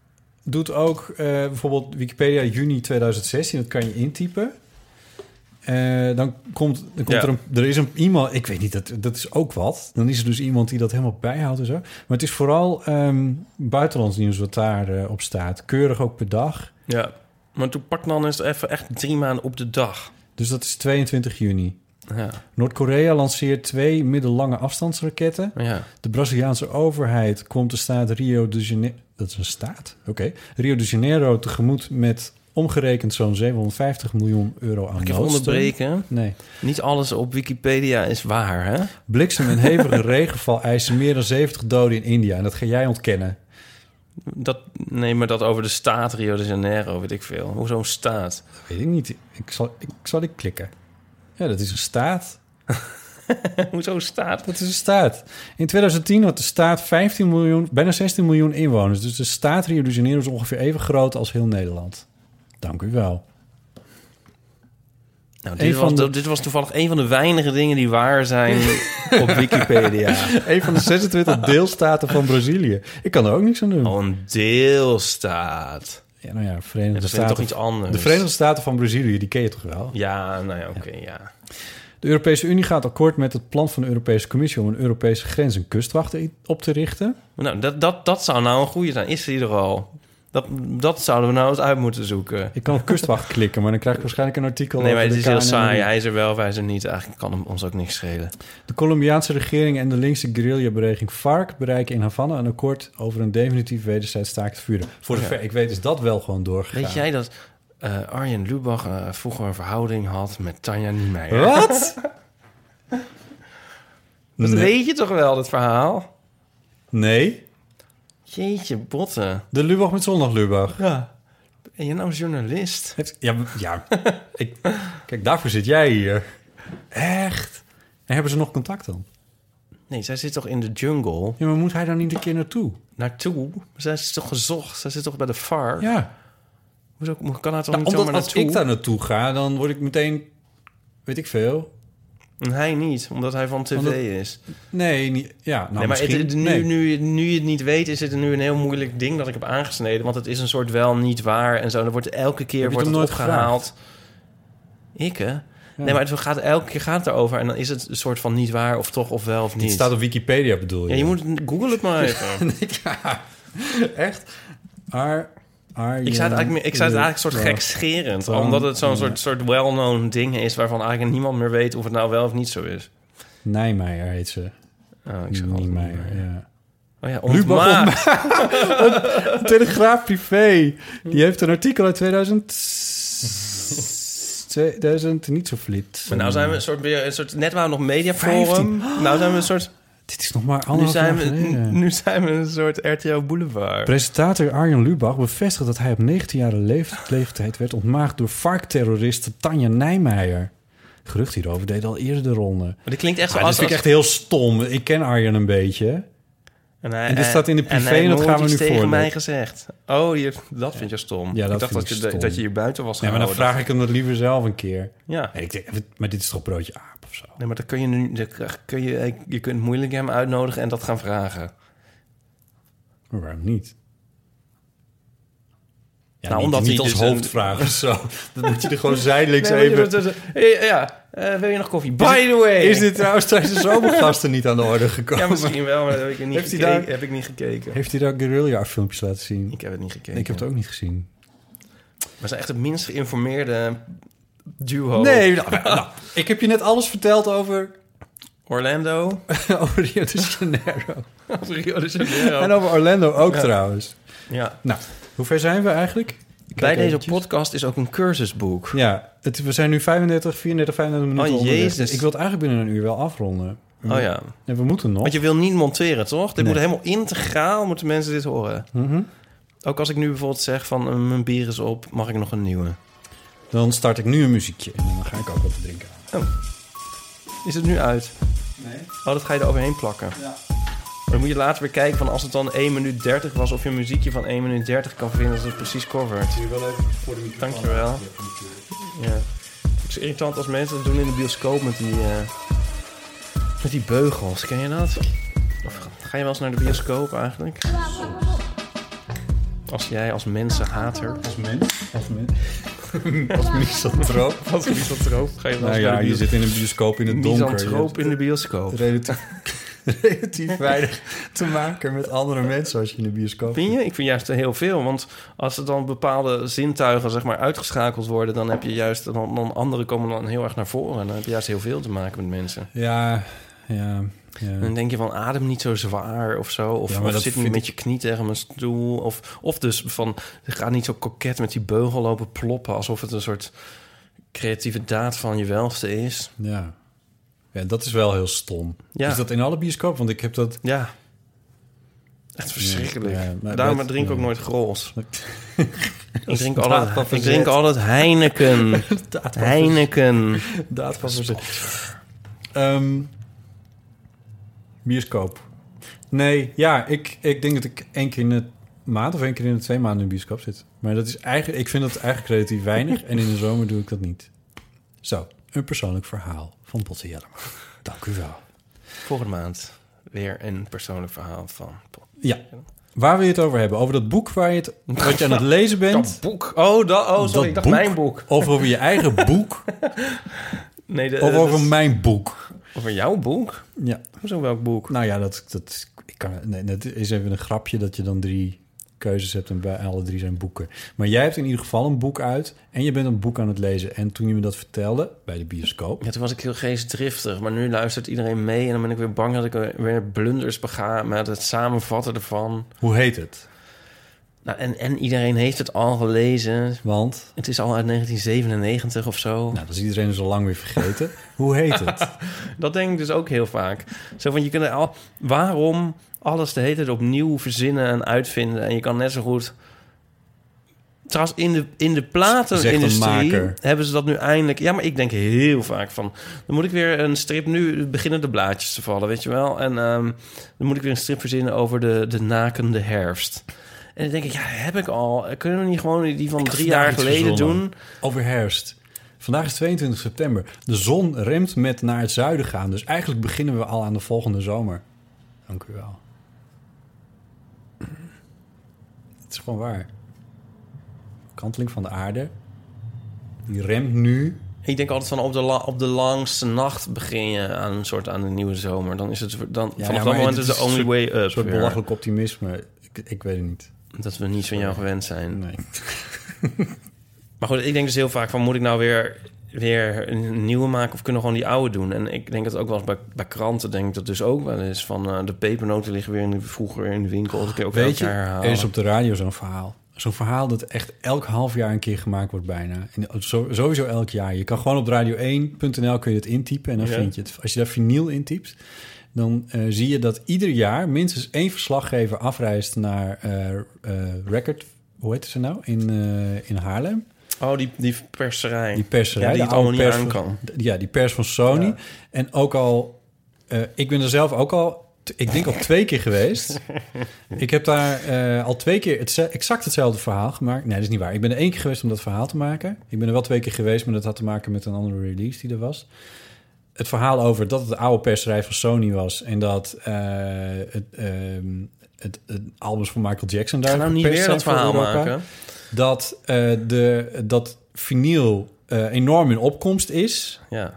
doet ook uh, bijvoorbeeld Wikipedia juni tweeduizend zestien. Dat kan je intypen. Uh, dan komt, dan komt ja. er een... Er is een iemand... Ik weet niet, dat, dat is ook wat. Dan is er dus iemand die dat helemaal bijhoudt en zo. Maar het is vooral um, buitenlands nieuws wat daar uh, op staat. Keurig ook per dag. Ja, maar toen pak dan is het even echt drie maanden op de dag. Dus dat is tweeëntwintig juni. Ja. Noord-Korea lanceert twee middellange afstandsraketten. Ja. De Braziliaanse overheid komt de staat Rio de Janeiro... Dat is een staat? Oké. Okay. Rio de Janeiro tegemoet met omgerekend zo'n zevenhonderdvijftig miljoen euro aan Mag ik even noodsteun. onderbreken? Nee. Niet alles op Wikipedia is waar, hè? Bliksem en hevige regenval eisen meer dan zeventig doden in India. En dat ga jij ontkennen. Dat, nee, maar dat over de staat Rio de Janeiro, weet ik veel. Hoezo een staat? Dat weet ik niet. Ik zal, ik zal ik klikken. Ja, dat is een staat. Hoezo een staat? Dat is een staat. In tweeduizend tien had de staat vijftien miljoen, bijna zestien miljoen inwoners. Dus de staat Rio de Janeiro is ongeveer even groot als heel Nederland. Dank u wel. Nou, dit, was, de... dit was toevallig een van de weinige dingen die waar zijn op Wikipedia. Een van de zesentwintig deelstaten van Brazilië. Ik kan er ook niks aan doen. Oh, een deelstaat. Ja, nou ja, Verenigde ja, Staten. toch iets anders. De Verenigde Staten van Brazilië, die ken je toch wel? Ja, nou ja, oké, okay, ja. ja. De Europese Unie gaat akkoord met het plan van de Europese Commissie om een Europese grens- en kustwacht op te richten. Nou, dat, dat, dat zou nou een goede zijn. Is die er al? Dat, dat zouden we nou eens uit moeten zoeken. Ik kan op kustwacht klikken, maar dan krijg ik waarschijnlijk een artikel. Nee, maar het is heel saai. En... Hij is er wel, wij zijn er niet. Eigenlijk kan hem ons ook niks schelen. De Colombiaanse regering en de linkse guerrilla-beweging FARC bereiken in Havana een akkoord over een definitief wederzijds staakt het vuren. Voor zover ja. ik weet is dat wel gewoon doorgegaan. Weet jij dat uh, Arjen Lubach uh, vroeger een verhouding had met Tanja Niemeyer? Wat? Dat nee. weet je toch wel, dat verhaal? Nee. Jeetje, botten. De Lubach met zondag Lubach. Ja. En je nou journalist? Het, ja, ja. ik, kijk, daarvoor zit jij hier. Echt? En hebben ze nog contact dan? Nee, zij zit toch in de jungle? Ja, maar moet hij dan niet een keer naartoe? Naartoe? Zij is toch gezocht? Zij zit toch bij de FARC? Ja. Hoezo kan hij toch nou, niet omdat zomaar als naartoe? ik daar naartoe ga, dan word ik meteen... Weet ik veel... En hij niet, omdat hij van tv omdat, is. Nee, niet, ja, nou nee, maar misschien, het, nu, nee. nu, nu je het niet weet, is het nu een heel moeilijk ding dat ik heb aangesneden. Want het is een soort wel niet waar en zo. Er wordt elke keer wordt het opgehaald. Gevraagd? Ik, hè? Ja. Nee, maar het gaat, elke keer gaat het erover. En dan is het een soort van niet waar of toch of wel of niet. Het staat op Wikipedia, bedoel je? Ja, je moet Google het maar even. ja, echt? Ar, Arjen, ik zei het eigenlijk, ik zei het eigenlijk een soort gekscherend. Oh, omdat het zo'n ja. soort, soort well-known ding is... waarvan eigenlijk niemand meer weet of het nou wel of niet zo is. Nijmeijer heet ze. Oh, ik zeg Nijmeijer, ja. Oh ja, ontmaakt. Telegraaf Privé. Die heeft een artikel uit tweeduizend... tweeduizend, niet zo vliet. Maar nou zijn we een soort, weer een soort net waren we nog Mediaforum. Nou zijn we een soort... Dit is nog maar anderhalf nu zijn jaar we, n- Nu zijn we een soort R T L Boulevard. Presentator Arjen Lubach bevestigt dat hij op negentienjarige leef- leeftijd werd ontmaagd door FARC-terroriste Tanja Nijmeijer. Gerucht hierover deed al eerder de ronde. Maar dit klinkt echt zo ah, als... Dat vind ik echt heel stom. Ik ken Arjen een beetje. En, hij, en dit staat in de privé en, en dat gaan we nu voor. tegen mij gezegd. Oh, je, dat vind je stom. Ja, dat ik dacht dat je, stom. dat je hier buiten was Nee, maar dan vraag ik hem dat liever zelf een keer. Ja. Nee, ik denk, maar dit is toch broodje aap of zo? Nee, maar dan kun je nu... Dan kun je, je kunt moeilijk hem uitnodigen en dat gaan vragen. Maar waarom niet? Ja, nou, niet, omdat niet hij als dus hoofdvraag een... of zo. Dan moet je er gewoon zijdelings nee, even... Je, ja, ja. Uh, wil je nog koffie? By the way! Is dit trouwens tijdens de zomergasten niet aan de orde gekomen? Ja, misschien wel, maar dat heb ik, niet heeft gekeken, hij daar, heb ik niet gekeken. Heeft hij daar guerrilla-filmpjes laten zien? Ik heb het niet gekeken. Nee, ik heb het ook niet gezien. We zijn echt het minst geïnformeerde duo. Nee, nou, nou, ik heb je net alles verteld over... Orlando. over Rio de Janeiro. over Rio de Janeiro. En over Orlando ook ja. trouwens. Ja. Nou, hoe ver zijn we eigenlijk? Bij deze eventjes. podcast is ook een cursusboek. Ja, het, we zijn nu vijfendertig, vierendertig, vijfendertig minuten oh, onderweg. Jezus. Ik wil het eigenlijk binnen een uur wel afronden. Oh ja. En we moeten nog. Want je wil niet monteren, toch? Dit nee. moet helemaal integraal, moeten mensen dit horen. Mm-hmm. Ook als ik nu bijvoorbeeld zeg van uh, mijn bier is op, mag ik nog een nieuwe? Dan start ik nu een muziekje en dan ga ik ook wat te drinken aan. Oh. Is het nu uit? Nee. Oh, dat ga je er overheen plakken? Ja. Maar dan moet je later weer kijken van als het dan één minuut dertig was... of je een muziekje van één minuut dertig kan vinden, dat het precies covert. Zie je wel even voor de microfoon. Dankjewel. Ja. Het is irritant als mensen dat doen in de bioscoop met die, uh, met die beugels. Ken je dat? Of ga je wel eens naar de bioscoop eigenlijk? Als jij als mensenhater... Als mens? Als mens? Als misantroop? Als misantroop ga je dan Nou ja, je zit in een bioscoop in het donker. Misantroop in de bioscoop. Relatief, relatief weinig te maken met andere mensen als je in de bioscoop Vind je? Ik vind juist heel veel. Want als er dan bepaalde zintuigen zeg maar uitgeschakeld worden... dan heb je juist... dan, dan anderen komen dan heel erg naar voren. En dan heb je juist heel veel te maken met mensen. Ja, ja... Ja. En dan denk je van adem niet zo zwaar of zo. Of, Ja, maar of dat zit niet vind met ik- je knie tegen mijn stoel. Of, of dus van ga niet zo koket met die beugel lopen ploppen. Alsof het een soort creatieve daad van je welste is. Ja. Ja, dat is wel heel stom. Ja. Is dat in alle bioscoop? Want ik heb dat... Ja. Echt verschrikkelijk. Ja, maar Daarom dat- drink ik ook ja. nooit grols. ik, drink daad altijd, van ik verzet. drink altijd Heineken. Daad van Heineken. Daad van verzet. Ehm, bioscoop. Nee, ja, ik, ik denk dat ik één keer in de maand... of één keer in de twee maanden in de bioscoop zit. Maar dat is eigenlijk, ik vind dat eigenlijk relatief weinig. En in de zomer doe ik dat niet. Zo, een persoonlijk verhaal van Botte Jellema. Dank u wel. Volgende maand weer een persoonlijk verhaal van... Ja, waar wil je het over hebben? Over dat boek waar je het, wat je aan het lezen bent? Dat boek. Oh, dat, oh sorry, Dat ik dacht boek? mijn boek. Of over je eigen boek? Nee, de, Of de- over de- mijn boek? over jouw boek? Ja. Hoezo welk boek? Nou ja, dat, dat, ik kan, nee, dat is even een grapje dat je dan drie keuzes hebt en bij alle drie zijn boeken. Maar jij hebt in ieder geval een boek uit en je bent een boek aan het lezen. En toen je me dat vertelde bij de bioscoop... Ja, toen was ik heel geestdriftig. Maar nu luistert iedereen mee en dan ben ik weer bang dat ik weer blunders bega met het samenvatten ervan. Hoe heet het? Nou, en, en iedereen heeft het al gelezen. Want... Het is al uit negentien zevenennegentig of zo. Nou, dat is iedereen dus al lang weer vergeten. Hoe heet het? Dat denk ik dus ook heel vaak. Zo van, je kunt er al... Waarom alles de hele tijd opnieuw verzinnen en uitvinden? En je kan net zo goed... Trouwens, in de, in de platenindustrie maker. hebben ze dat nu eindelijk... Ja, maar ik denk heel vaak van... Dan moet ik weer een strip... Nu beginnen de blaadjes te vallen, weet je wel. En ehm, dan moet ik weer een strip verzinnen over de, de nakende herfst. En dan denk ik, ja, heb ik al. Kunnen we niet gewoon die van Ik heb drie vandaag jaar iets geleden verzonnen. doen? Over herfst. Vandaag is tweeëntwintig september. De zon remt met naar het zuiden gaan. Dus eigenlijk beginnen we al aan de volgende zomer. Dank u wel. Het is gewoon waar. Kanteling van de aarde. Die remt nu. Ik denk altijd van op de, la- op de langste nacht begin je aan een soort aan de nieuwe zomer. Dan is het dan Ja, vanaf ja, dat maar moment het is de is only een way up. Een soort weer. belachelijk optimisme. Ik, ik weet het niet. Dat we niet van jou gewend zijn. Nee. Maar goed, ik denk dus heel vaak van moet ik nou weer, weer een nieuwe maken of kunnen we gewoon die oude doen? En ik denk dat ook wel eens bij, bij kranten denk ik dat dus ook wel eens van uh, de pepernoten liggen weer in de, vroeger in de winkel. Dat kun je ook elk Weet je, jaar herhalen. er is op de radio zo'n verhaal. Zo'n verhaal dat echt elk half jaar een keer gemaakt wordt bijna. En zo, sowieso elk jaar. Je kan gewoon op radio één punt n l kun je het intypen en dan Ja. vind je het. Als je daar vinyl intypt, dan uh, zie je dat ieder jaar minstens één verslaggever afreist naar uh, uh, Record. Hoe heet ze nou? In, uh, in Haarlem. Oh, die, die perserij. Die perserij. Ja, die de het allemaal niet pers aan van- kan. Ja, die pers van Sony. Ja. En ook al... Uh, ik ben er zelf ook al... Ik denk al twee keer geweest. Ik heb daar uh, al twee keer het, exact hetzelfde verhaal gemaakt. Nee, dat is niet waar. Ik ben er één keer geweest om dat verhaal te maken. Ik ben er wel twee keer geweest, maar dat had te maken met een andere release die er was. Het verhaal over dat het de oude perserij van Sony was... en dat uh, het, uh, het, het albums van Michael Jackson daar... Ga nou niet geperst weer zijn dat voor verhaal Europa. maken. Dat, uh, de, dat vinyl uh, enorm in opkomst is... Ja.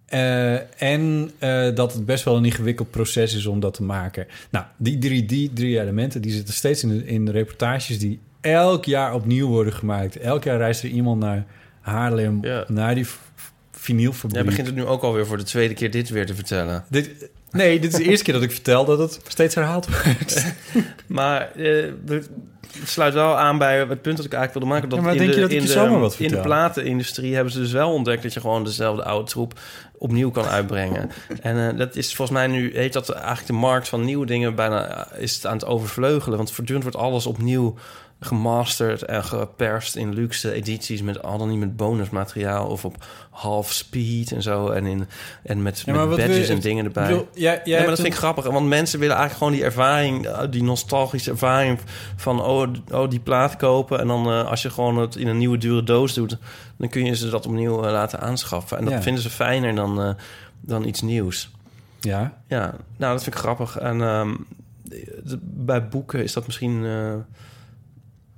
Uh, en uh, dat het best wel een ingewikkeld proces is om dat te maken. Nou, die drie, die drie elementen die zitten steeds in de, in de reportages... die elk jaar opnieuw worden gemaakt. Elk jaar reist er iemand naar Haarlem, Ja. naar die v- vinylfabriek. Jij begint het nu ook alweer voor de tweede keer dit weer te vertellen. Dit, nee, dit is de eerste keer dat ik vertel dat het steeds herhaald wordt. Maar uh, het sluit wel aan bij het punt dat ik eigenlijk wilde maken. Dat Ja, maar in denk de, je dat ik in je de, zomaar wat in de vertel? platenindustrie hebben ze dus wel ontdekt... dat je gewoon dezelfde oude troep opnieuw kan uitbrengen. En uh, dat is volgens mij nu... heeft dat eigenlijk de markt van nieuwe dingen bijna... uh, is het aan het overvleugelen. Want voortdurend wordt alles opnieuw gemasterd en geperst in luxe edities... met al dan niet met bonusmateriaal of op half speed en zo. En, in, en met, Ja, maar met wat wil badges je- en dingen erbij. Ik bedoel, jij- jij Ja, maar hebt dat vind ik een- grappig. Want mensen willen eigenlijk gewoon die ervaring... uh, die nostalgische ervaring van... oh, d- oh die plaat kopen. En dan uh, als je gewoon het in een nieuwe dure doos doet... dan kun je ze dat opnieuw uh, laten aanschaffen. En dat Ja. vinden ze fijner dan, uh, dan iets nieuws. Ja, Ja, nou, dat vind ik grappig. En um, de- bij boeken is dat misschien... Uh,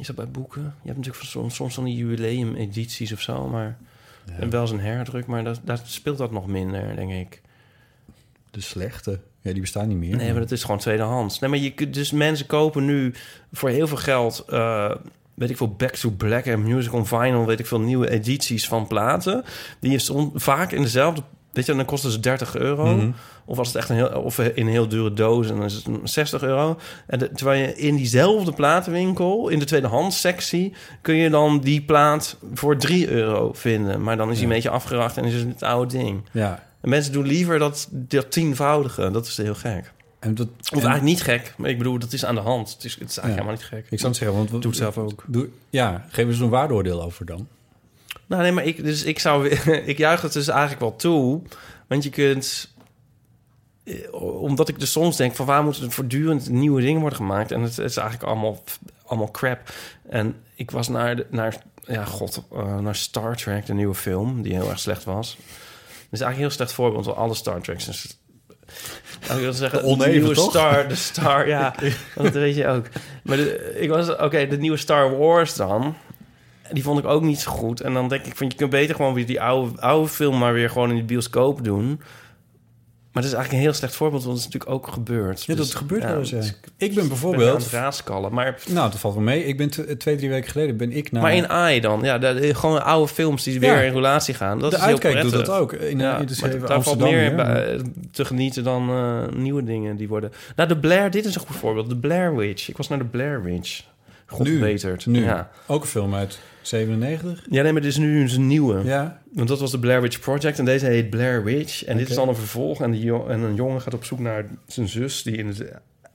Is dat bij boeken? Je hebt natuurlijk soms, soms van die jubileum-edities of zo, maar ja. En wel eens een herdruk, maar dat, daar speelt dat nog minder, denk ik. De slechte, ja, die bestaan niet meer. Nee, maar dat is gewoon tweedehands. Nee, maar je kunt dus mensen kopen nu voor heel veel geld, uh, weet ik veel, Back to Black en Music on Vinyl, weet ik veel, nieuwe edities van platen. Die is vaak in dezelfde, weet je, dan kost het dertig euro. Mm-hmm. Of als het echt een heel, of in een heel dure doos, en dan is het zestig euro. En de, terwijl je in diezelfde platenwinkel, in de tweedehands sectie, kun je dan die plaat voor drie euro vinden. Maar dan is hij ja. een beetje afgeracht en is het het oude ding. Ja. En mensen doen liever dat, dat tienvoudige. Dat is heel gek. En dat, of eigenlijk en... niet gek, maar ik bedoel, dat is aan de hand. Het is, het is eigenlijk ja. helemaal niet gek. Ik zou het zeggen, want... Doe het zelf ook. Doe, ja, geef eens een waardeoordeel over dan. Nou, nee, maar ik, dus ik zou... ik juich het dus eigenlijk wel toe. Want je kunt... Omdat ik dus soms denk van waar moeten er voortdurend nieuwe dingen worden gemaakt. En het, het is eigenlijk allemaal, allemaal crap. En ik was naar, de, naar ja, god, uh, naar Star Trek, de nieuwe film, die heel erg slecht was. Dat is eigenlijk een heel slecht voorbeeld van alle Star Treks. Dus, ik wil zeggen, oneven, de nieuwe toch? Star, de Star, ja, dat weet je ook. Maar de, ik was, oké, okay, de nieuwe Star Wars dan, die vond ik ook niet zo goed. En dan denk ik van, je kunt beter gewoon weer die oude, oude film maar weer gewoon in de bioscoop doen. Maar dat is eigenlijk een heel slecht voorbeeld, want dat is natuurlijk ook gebeurd. Ja, dat dus, gebeurt ja, wel eens. Ja. Dus, ik ben bijvoorbeeld... Ik ben aan het raaskallen, maar... Nou, dat valt wel mee. Ik ben t- twee, drie weken geleden ben ik naar... Maar in A I dan? Ja, de, de, gewoon oude films die weer ja. in relatie gaan. Dat de is heel Uitkijk prettig. doet dat ook. In, ja, in de maar daar valt meer bij, te genieten dan uh, nieuwe dingen die worden... Nou, de Blair, dit is een goed voorbeeld. De Blair Witch. Ik was naar de Blair Witch. God nu, betert. Nu. Ja. Ook een film uit zevenennegentig? Ja, nee, maar dit is nu een nieuwe. Ja. Want dat was de Blair Witch Project en deze heet Blair Witch. En okay. dit is dan een vervolg. En, die jo- en een jongen gaat op zoek naar zijn zus die in het...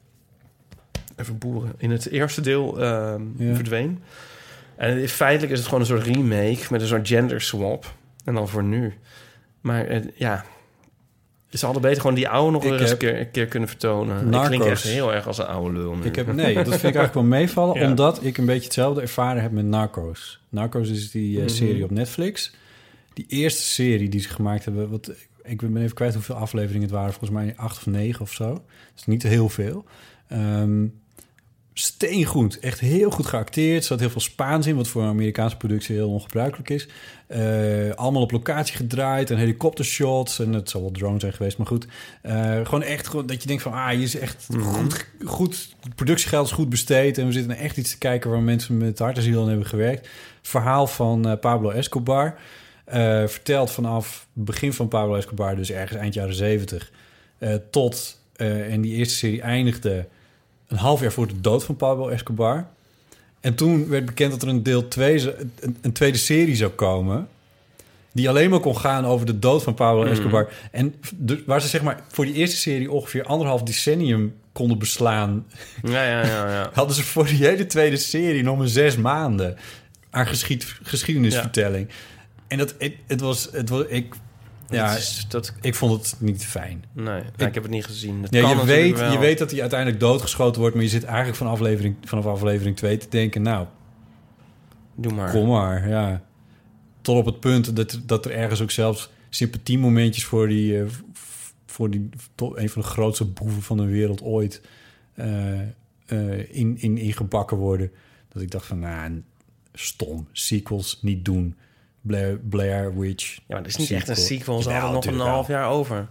Even boeren. In het eerste deel uh, ja. verdween. En feitelijk is het gewoon een soort remake met een soort gender swap. En dan voor nu. Maar uh, ja... Ze hadden beter gewoon die oude nog weer eens een keer, een keer kunnen vertonen. Narcos. Ik klink echt heel erg als een oude lul nu. Ik heb, nee, dat vind ik eigenlijk wel meevallen. Ja. Omdat ik een beetje hetzelfde ervaren heb met Narcos. Narcos is die uh, mm-hmm. serie op Netflix. Die eerste serie die ze gemaakt hebben... Wat, ik ben even kwijt hoeveel afleveringen het waren. Volgens mij acht of negen of zo. Dus niet heel veel. Um, steengoed. Echt heel goed geacteerd. Er zat heel veel Spaans in, wat voor een Amerikaanse productie heel ongebruikelijk is. Uh, allemaal op locatie gedraaid en helikoptershots. En het zal wel drone zijn geweest, maar goed. Uh, gewoon echt gewoon dat je denkt van... ah, je is echt mm-hmm. goed, goed... Het productiegeld is goed besteed... en we zitten echt iets te kijken... waar mensen met hart en ziel aan hebben gewerkt. Verhaal van uh, Pablo Escobar. Uh, verteld vanaf het begin van Pablo Escobar... dus ergens eind jaren zeventig... Uh, tot... Uh, en die eerste serie eindigde... een half jaar voor de dood van Pablo Escobar. En toen werd bekend dat er een deel twee, een, een tweede serie zou komen... die alleen maar kon gaan over de dood van Pablo mm. Escobar. En de, waar ze zeg maar voor die eerste serie ongeveer anderhalf decennium konden beslaan... Ja, ja, ja, ja. hadden ze voor die hele tweede serie nog maar zes maanden... aan geschied, geschiedenisvertelling. Ja. En dat, het, het was... Het was ik, Ja, dat is, dat... ik vond het niet fijn. Nee, ik, ik heb het niet gezien. Dat ja, kan je, weet, wel. je weet dat hij uiteindelijk doodgeschoten wordt... maar je zit eigenlijk van aflevering, vanaf aflevering twee te denken... nou, doe maar. Kom maar, ja. Tot op het punt dat, dat er ergens ook zelfs sympathiemomentjes... voor die, uh, voor die to, een van de grootste boeven van de wereld ooit... Uh, uh, in, in, ingebakken worden. Dat ik dacht van, nou, stom. Sequels niet doen... Blair, Blair Witch. Ja, maar dat is niet sequel. Echt een sequel. Ze ja, hadden nog een wel. half jaar over.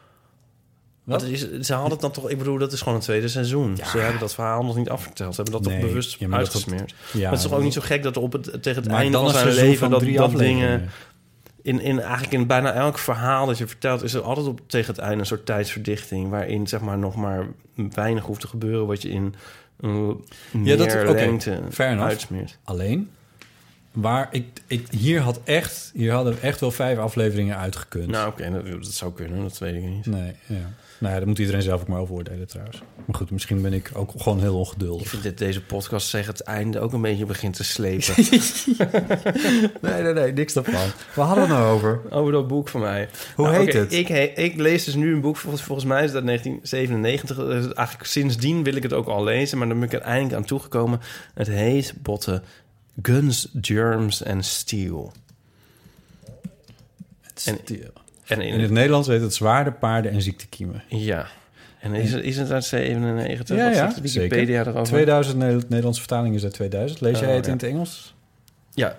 Wat? Dat is, ze hadden het dan toch... Ik bedoel, dat is gewoon een tweede seizoen. Ja. Ze hebben dat verhaal nog niet afverteld. Ze hebben dat nee, toch bewust ja, uitgesmeerd. Dat, ja, maar het is toch ook niet zo gek dat er op het, tegen het einde van zijn leven... dat, dat dingen... In, in, eigenlijk in bijna elk verhaal dat je vertelt... is er altijd op tegen het einde een soort tijdsverdichting... waarin zeg maar nog maar weinig hoeft te gebeuren... wat je in uh, meer ja, dat, lengte okay, uitsmeert. Alleen... Waar ik, ik hier had echt, hier hadden echt wel vijf afleveringen uitgekund. Nou, oké, okay, dat, dat zou kunnen, dat weet ik niet. Nee, ja. Nou ja, daar moet iedereen zelf ook maar over oordelen trouwens. Maar goed, misschien ben ik ook gewoon heel ongeduldig. Ik vind dat deze podcast zeg het einde ook een beetje begint te slepen. nee, nee, nee, niks daarvan. Waar hadden we het nou over? Over dat boek van mij. Hoe nou, heet okay, het? Ik, he, ik lees dus nu een boek, volgens, volgens mij is dat negentien zevenennegentig. Eigenlijk sindsdien wil ik het ook al lezen, maar dan ben ik er eindelijk aan toegekomen. Het heet Botte... Guns, Germs en Steel. En, en in, in het Nederlands heet het zwaarden, paarden en ziektekiemen. Ja. En is, het, is het uit zevenennegentig? Ja, Wat ja, zegt de Wikipedia zeker. erover? tweeduizend, Nederland- Nederlandse vertaling is uit tweeduizend. Lees jij Oh, het ja. in het Engels? Ja.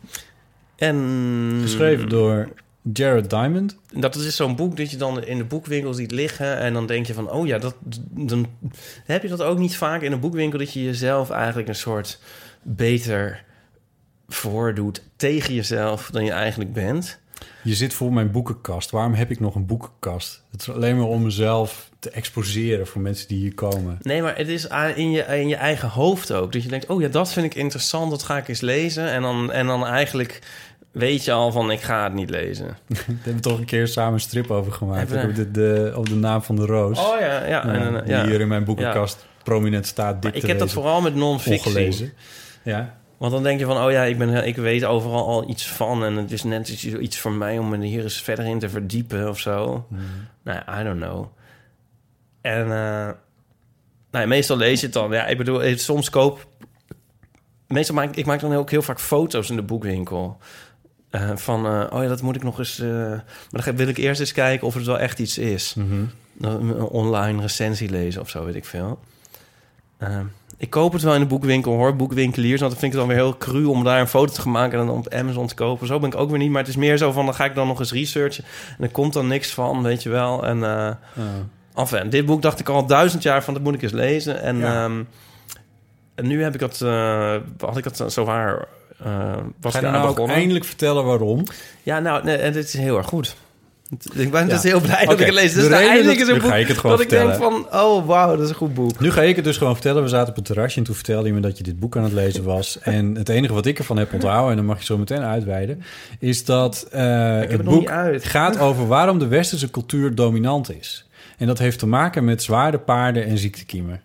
En... Geschreven door Jared Diamond. Dat is zo'n boek dat je dan in de boekwinkel ziet liggen... en dan denk je van, oh ja, dat, dan heb je dat ook niet vaak in een boekwinkel... dat je jezelf eigenlijk een soort beter voordoet tegen jezelf dan je eigenlijk bent. Je zit voor mijn boekenkast. Waarom heb ik nog een boekenkast? Het is alleen maar om mezelf te exposeren voor mensen die hier komen. Nee, maar het is aan- in je, in je eigen hoofd ook. Dat je denkt, oh ja, dat vind ik interessant, dat ga ik eens lezen. En dan, en dan eigenlijk weet je al van, ik ga het niet lezen. Daar hebben we toch een keer samen een strip over gemaakt. Hebben we- Op de, de, op de naam van de roos. Oh ja, ja. Ja, en, en, die ja. hier in mijn boekenkast prominent staat dit Maar te ik heb dat lezen. vooral met non-fictie. Ongelezen. Ja. Want dan denk je van, oh ja, ik, ben, ik weet overal al iets van... en het is net iets, iets voor mij om me hier eens verder in te verdiepen of zo. Mm. Nou, I don't know. En uh, nou ja, meestal lees je het dan. Ja, ik bedoel, het, soms koop... Meestal maak ik, ik maak dan ook heel vaak foto's in de boekwinkel. Uh, van, uh, oh ja, dat moet ik nog eens... Uh, maar dan ga- wil ik eerst eens kijken of het wel echt iets is. Mm-hmm. Dan een online recensie lezen of zo, weet ik veel. Uh, ik koop het wel in de boekwinkel, hoor, boekwinkeliers. Want dan vind ik het dan weer heel cru om daar een foto te gaan maken... en dan op Amazon te kopen. Zo ben ik ook weer niet. Maar het is meer zo van, dan ga ik dan nog eens researchen. En er komt dan niks van, weet je wel. En... Uh, Oh. Enfin, dit boek dacht ik al duizend jaar van, dat moet ik eens lezen. En, Ja. um, en nu heb ik dat, uh, had ik dat zo waar... Uh, was Ga ik je aan nou ook begonnen. eindelijk vertellen waarom? Ja, nou, nee, en dit is heel erg goed. Ik ben Ja. dus heel blij dat Oké, ik het lees. de Dus reden eindelijk dat- is een nu ga boek ik het gewoon dat ik denk vertellen. van... oh, wauw, dat is een goed boek. Nu ga ik het dus gewoon vertellen. We zaten op het terrasje en toen vertelde je me dat je dit boek aan het lezen was. En het enige wat ik ervan heb onthouden, en dan mag je zo meteen uitweiden, is dat uh, het het nog niet boek uit. gaat over waarom de westerse cultuur dominant is. En dat heeft te maken met zwaarden, paarden en ziektekiemen.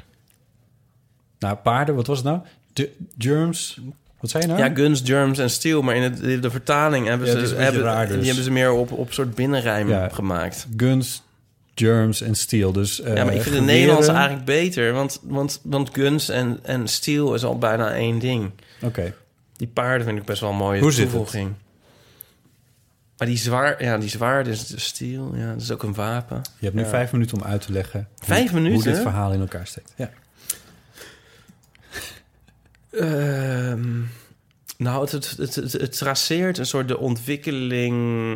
Nou, paarden, wat was het nou? De germs... Wat zei je nou? Ja, Guns, Germs en Steel. Maar in het, de, de vertaling hebben Ja, ze, het is een beetje hebben, raar dus. die hebben ze meer op, op soort binnenrijm Ja. gemaakt. Guns, germs en steel. Dus, uh, Ja, maar ik vind geweren. het Nederlands eigenlijk beter. Want, want, want Guns en, en Steel is al bijna één ding. Oké. Die paarden vind ik best wel een mooie Hoe zit het? toevoeging. Maar die zwaar, ja, die zwaard is de Steel. Ja, dat is ook een wapen. Je hebt nu Ja. vijf minuten om uit te leggen Vijf hoe, minuten? hoe dit verhaal in elkaar steekt. Ja. Ehm, nou, het, het, het, het, het traceert een soort de ontwikkeling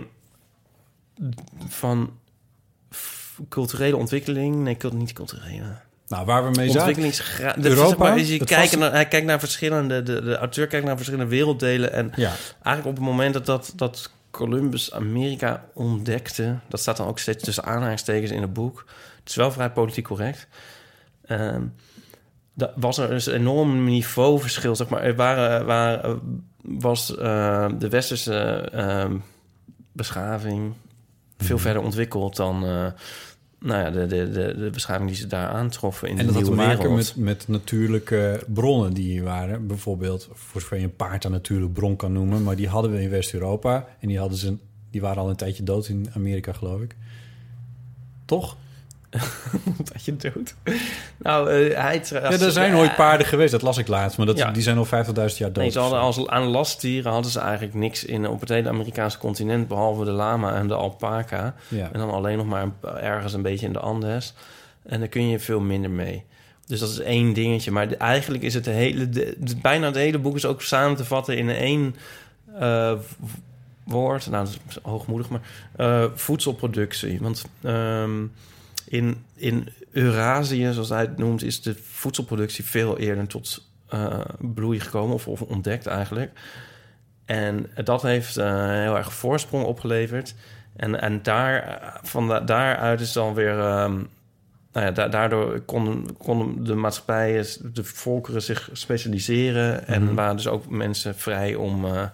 van f- culturele ontwikkeling. Nee, cult- niet culturele. Nou, waar we mee zaten. Ontwikkelingsgraad. Dus Europa, zeg maar, dus je het kijkt vaste- naar, hij kijkt naar verschillende... De, de auteur kijkt naar verschillende werelddelen. En Ja. eigenlijk op het moment dat, dat, dat Columbus Amerika ontdekte... dat staat dan ook steeds tussen aanhalingstekens in het boek. Het is wel vrij politiek correct. Ehm dat was er dus een enorm niveauverschil. Zeg maar. Er waren, waren, was uh, de westerse uh, beschaving veel verder ontwikkeld dan uh, nou ja, de, de, de, de beschaving die ze daar aantroffen in En de dat had te nieuwe maken wereld. met, met natuurlijke bronnen die hier waren. Bijvoorbeeld, voor zover je een paard een natuurlijk bron kan noemen. Maar die hadden we in West-Europa. En die, hadden ze, die waren al een tijdje dood in Amerika, geloof ik. Toch? Dat je dood. Nou, uh, hij... Ja, er zijn ooit paarden geweest, dat las ik laatst. Maar dat, Ja. die zijn al vijftigduizend jaar dood. Nee, ze hadden als, aan lastdieren hadden ze eigenlijk niks in, op het hele Amerikaanse continent... behalve de lama en de alpaca. Ja. En dan alleen nog maar een- ergens een beetje in de Andes. En daar kun je veel minder mee. Dus dat is één dingetje. Maar de- eigenlijk is het de hele... De, de- bijna het hele boek is ook samen te vatten in één uh, w- woord. Nou, dat is hoogmoedig, maar... Uh, voedselproductie. Want um, in, in Eurasië, zoals hij het noemt... is de voedselproductie veel eerder tot uh, bloei gekomen. Of, of ontdekt eigenlijk. En dat heeft uh, heel erg voorsprong opgeleverd... En, en daar, van da, daaruit is dan weer... Um, nou ja, da, daardoor konden, konden de maatschappijen, de volkeren zich specialiseren... en Mhm. waren dus ook mensen vrij om... Uh,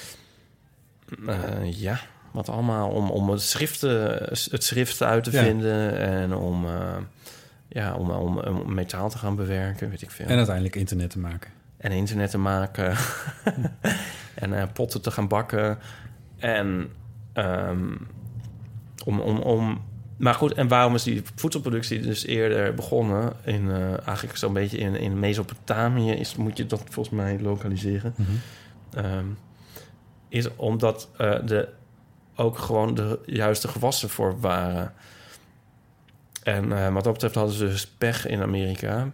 uh, ja, wat allemaal... om, om het, schriften, het schrift uit te Ja. vinden... en om, uh, ja, om, om, om metaal te gaan bewerken, weet ik veel. En uiteindelijk internet te maken. En internet te maken. en uh, potten te gaan bakken. En... Um, om, om, om, maar goed, en waarom is die voedselproductie dus eerder begonnen? In, uh, eigenlijk zo'n beetje in, in Mesopotamië is, moet je dat volgens mij lokaliseren. Mhm. Um, is omdat uh, de, ook gewoon de juiste gewassen voor waren. En uh, wat dat betreft hadden ze dus pech in Amerika.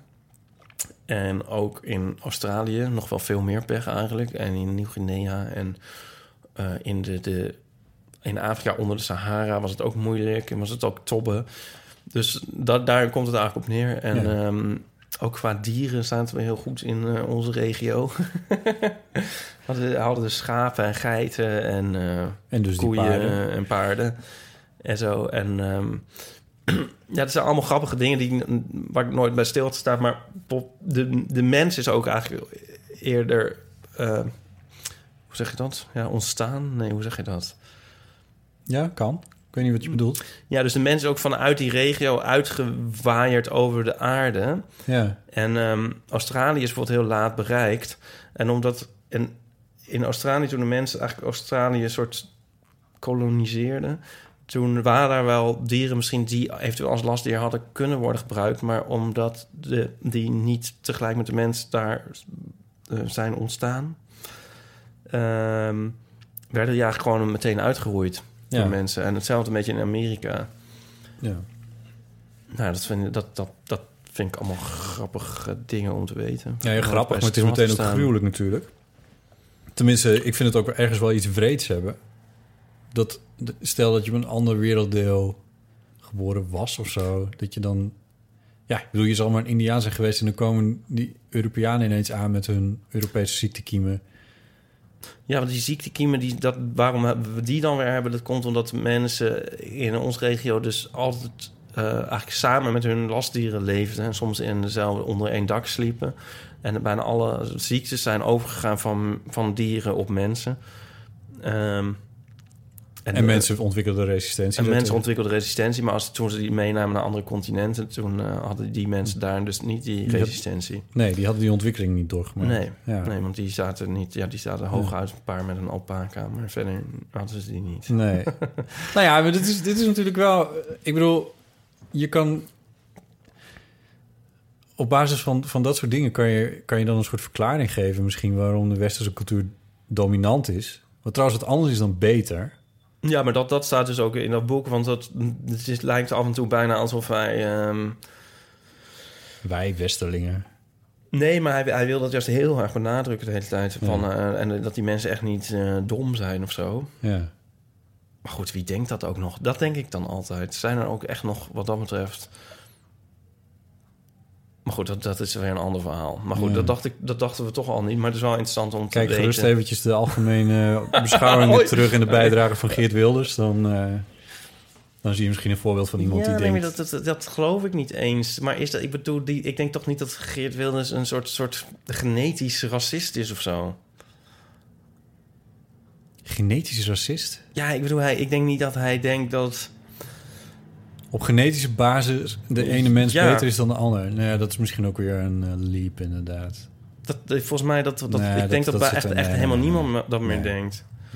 En ook in Australië nog wel veel meer pech eigenlijk. En in Nieuw-Guinea en uh, in, de, de, in Afrika onder de Sahara was het ook moeilijk. En was het ook tobben. Dus dat, daar komt het eigenlijk op neer. En ja. um, ook qua dieren staan we heel goed in uh, onze regio. We hadden dus schapen en geiten en, uh, en dus koeien en paarden. En zo. En um, ja, het zijn allemaal grappige dingen die, waar ik nooit bij stil te staan. Maar de, de mens is ook eigenlijk eerder... Uh, hoe zeg je dat? Ja, ontstaan? Nee, hoe zeg je dat? Ja, kan. Ik weet niet wat je bedoelt. Ja, dus de mens is ook vanuit die regio uitgewaaierd over de aarde. Ja. En um, Australië is bijvoorbeeld heel laat bereikt. En omdat... En in Australië, toen de mensen eigenlijk Australië een soort koloniseerden... toen waren daar wel dieren misschien die eventueel als lastdier hadden kunnen worden gebruikt... maar omdat de, die niet tegelijk met de mens daar uh, zijn ontstaan... Um, werden die eigenlijk gewoon meteen uitgeroeid door ja. mensen. En hetzelfde een beetje in Amerika. Ja. Nou, dat vind, dat, dat, dat vind ik allemaal grappige dingen om te weten. Ja, ja grappig, maar het is meteen ook gruwelijk natuurlijk. Tenminste, ik vind het ook ergens wel iets wreeds hebben. Dat, stel dat je op een ander werelddeel geboren was of zo... dat je dan... Ja, ik bedoel, je zal maar een Indiaan zijn geweest... en dan komen die Europeanen ineens aan met hun Europese ziektekiemen... Ja, want die ziektekiemen, die, dat, waarom we die dan weer hebben... dat komt omdat de mensen in onze regio dus altijd uh, eigenlijk samen met hun lastdieren leefden... en soms in dezelfde onder één dak sliepen. En bijna alle ziektes zijn overgegaan van, van dieren op mensen. Um, En, en mensen ontwikkelden resistentie. En mensen ontwikkelden resistentie, maar als, toen ze die meenamen naar andere continenten... toen uh, hadden die mensen daar dus niet die resistentie. Die had, nee, die hadden die ontwikkeling niet doorgemaakt. Nee, ja. nee want die zaten niet... Ja, die zaten hooguit een paar met een alpaca... maar verder hadden ze die niet. Nee. Nou ja, maar dit is, dit is natuurlijk wel... Ik bedoel, je kan... Op basis van, van dat soort dingen kan je, kan je dan een soort verklaring geven... misschien waarom de westerse cultuur dominant is. Wat trouwens het anders is dan beter... Ja, maar dat, dat staat dus ook in dat boek. Want dat, het is, lijkt af en toe bijna alsof wij... Um... Wij, Westerlingen. Nee, maar hij, hij wil dat juist heel erg benadrukken de hele tijd. Van, ja. uh, en dat die mensen echt niet uh, dom zijn of zo. Ja. Maar goed, wie denkt dat ook nog? Dat denk ik dan altijd. Zijn er ook echt nog, wat dat betreft... Maar goed, dat, dat is weer een ander verhaal. Maar goed, ja. dat, dacht ik, dat dachten we toch al niet. Maar het is wel interessant om Kijk, te weten. Kijk gerust eventjes de algemene beschouwingen terug... in de bijdrage van Geert Wilders. Dan, uh, dan zie je misschien een voorbeeld van iemand ja, die nee, denkt... Dat, dat, dat, dat geloof ik niet eens. Maar is dat, ik bedoel, die, ik denk toch niet dat Geert Wilders... een soort, soort genetisch racist is of zo? Genetisch racist? Ja, ik bedoel, hij, ik denk niet dat hij denkt dat... Op genetische basis de ene mens ja. beter is dan de ander. Nou ja, dat is misschien ook weer een uh, leap, inderdaad. Dat, volgens mij, dat, dat, nee, ik dat, denk dat, dat bij echt, een, echt nee, helemaal nee, niemand nee. dat meer nee. denkt. Nee.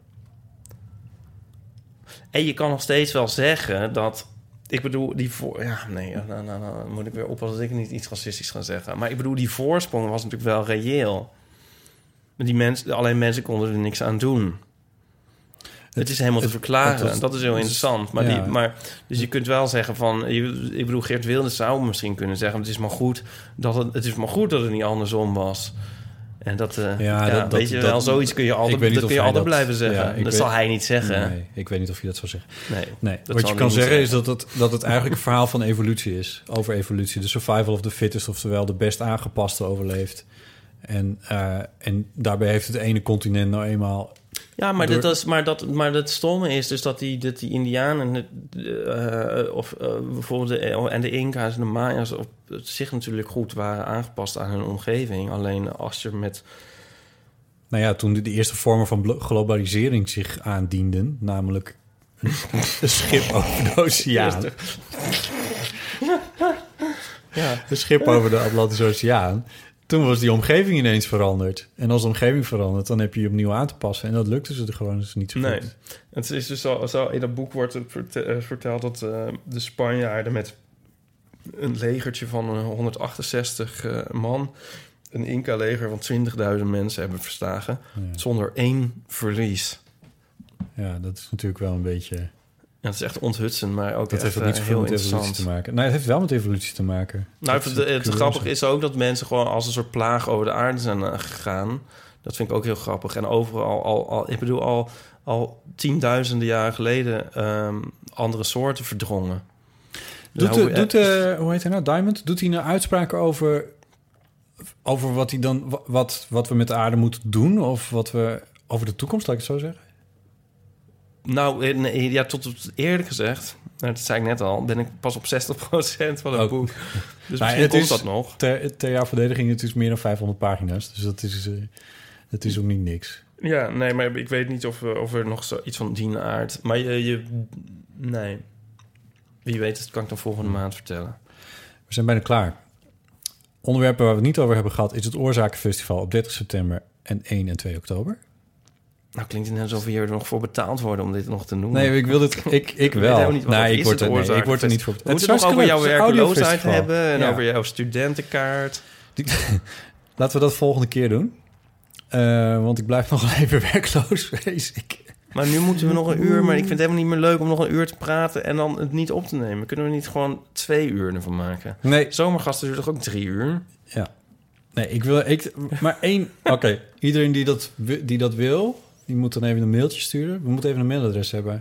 En je kan nog steeds wel zeggen dat... Ik bedoel, die voor... Ja, nee, nou, nou, nou moet ik weer oppassen dat ik niet iets racistisch ga zeggen. Maar ik bedoel, die voorsprong was natuurlijk wel reëel. Die mensen, alleen mensen konden er niks aan doen. Het, het is helemaal het, te verklaren. Was, dat is heel interessant. Maar, ja. die, maar dus je kunt wel zeggen van... Ik bedoel, Geert Wilders zou misschien kunnen zeggen... Het is maar goed dat het, het is maar goed dat het niet andersom was. En dat, uh, ja, ja, dat, weet je dat, wel, zoiets kun je altijd, dat kun je altijd dat, blijven zeggen. Ja, dat weet, zal hij niet zeggen. Nee, ik weet niet of je dat zou zeggen. Nee, nee. Wat je kan zeggen, zeggen is dat het, dat het eigenlijk een verhaal van evolutie is. Over evolutie. De survival of the fittest, oftewel de best aangepaste overleeft. En, uh, en daarbij heeft het ene continent nou eenmaal... Ja, maar, door... dat is, maar, dat, maar het stomme is dus dat die, dat die Indianen... Uh, of uh, bijvoorbeeld de, en de Inca's en de Maya's... op zich natuurlijk goed waren aangepast aan hun omgeving. Alleen als je met... Nou ja, toen de, de eerste vormen van globalisering zich aandienden... namelijk een, een schip over de oceaan... ja. Een schip over de Atlantische Oceaan... Toen was die omgeving ineens veranderd. En als de omgeving verandert, dan heb je je opnieuw aan te passen. En dat lukte ze er gewoon dus niet zo goed. Nee, het is dus zo, zo in dat boek wordt het verteld dat uh, de Spanjaarden met een legertje van honderdachtenzestig uh, man... een Inca-leger van twintigduizend mensen hebben verslagen... Ja. Zonder één verlies. Ja, dat is natuurlijk wel een beetje... Ja, het is echt onthutsend, maar ook Dat echt, heeft ook niet uh, zoveel heel met evolutie interessant. te maken. Nee, het heeft wel met evolutie te maken. Nou, Dat het, is het, het curieus. grappige is ook dat mensen gewoon als een soort plaag over de aarde zijn uh, gegaan. Dat vind ik ook heel grappig. En overal, al, al, ik bedoel, al, al tienduizenden jaren geleden um, andere soorten verdrongen. Doet, Nou, de, doet de, hoe heet hij nou, Diamond? Doet hij nou uitspraken over, over wat, hij dan, wat, wat we met de aarde moeten doen? Of wat we over de toekomst, laat ik het zo zeggen? Nou, nee, ja, tot eerlijk gezegd, nou, dat zei ik net al, ben ik pas op zestig procent van het Oh. boek. Dus Maar misschien het komt is- dat nog. Ter, ter jouw verdediging, het is meer dan vijfhonderd pagina's. Dus dat is, uh, dat is ook niet niks. Ja, nee, maar ik weet niet of, uh, of er nog zo iets van die aard... Maar je, je... Nee. Wie weet, dat kan ik dan volgende maand vertellen. We zijn bijna klaar. Onderwerpen waar we het niet over hebben gehad... is het Oorzakenfestival op dertig september en één en twee oktober. Nou, klinkt het net alsof we hier nog voor betaald worden om dit nog te noemen. Nee, ik wil dit... Ik, ik weet wel. helemaal niet wat Nee, het ik is, word, het er, nee, ik word er Oorzakenfestival. niet voor... We moeten het nog over jouw werkloosheid hebben... en over jouw studentenkaart. Laten we dat volgende keer doen. Uh, want ik blijf nog even werkloos, vrees ik. Maar nu moeten we nog een uur... maar ik vind het helemaal niet meer leuk om nog een uur te praten... en dan het niet op te nemen. Kunnen we niet gewoon twee uur ervan maken? Nee. Zomergasten duurt toch ook drie uur? Ja. Nee, ik wil... Ik, maar één... Oké, okay. Iedereen die dat, die dat wil... die moet dan even een mailtje sturen. We moeten even een mailadres hebben.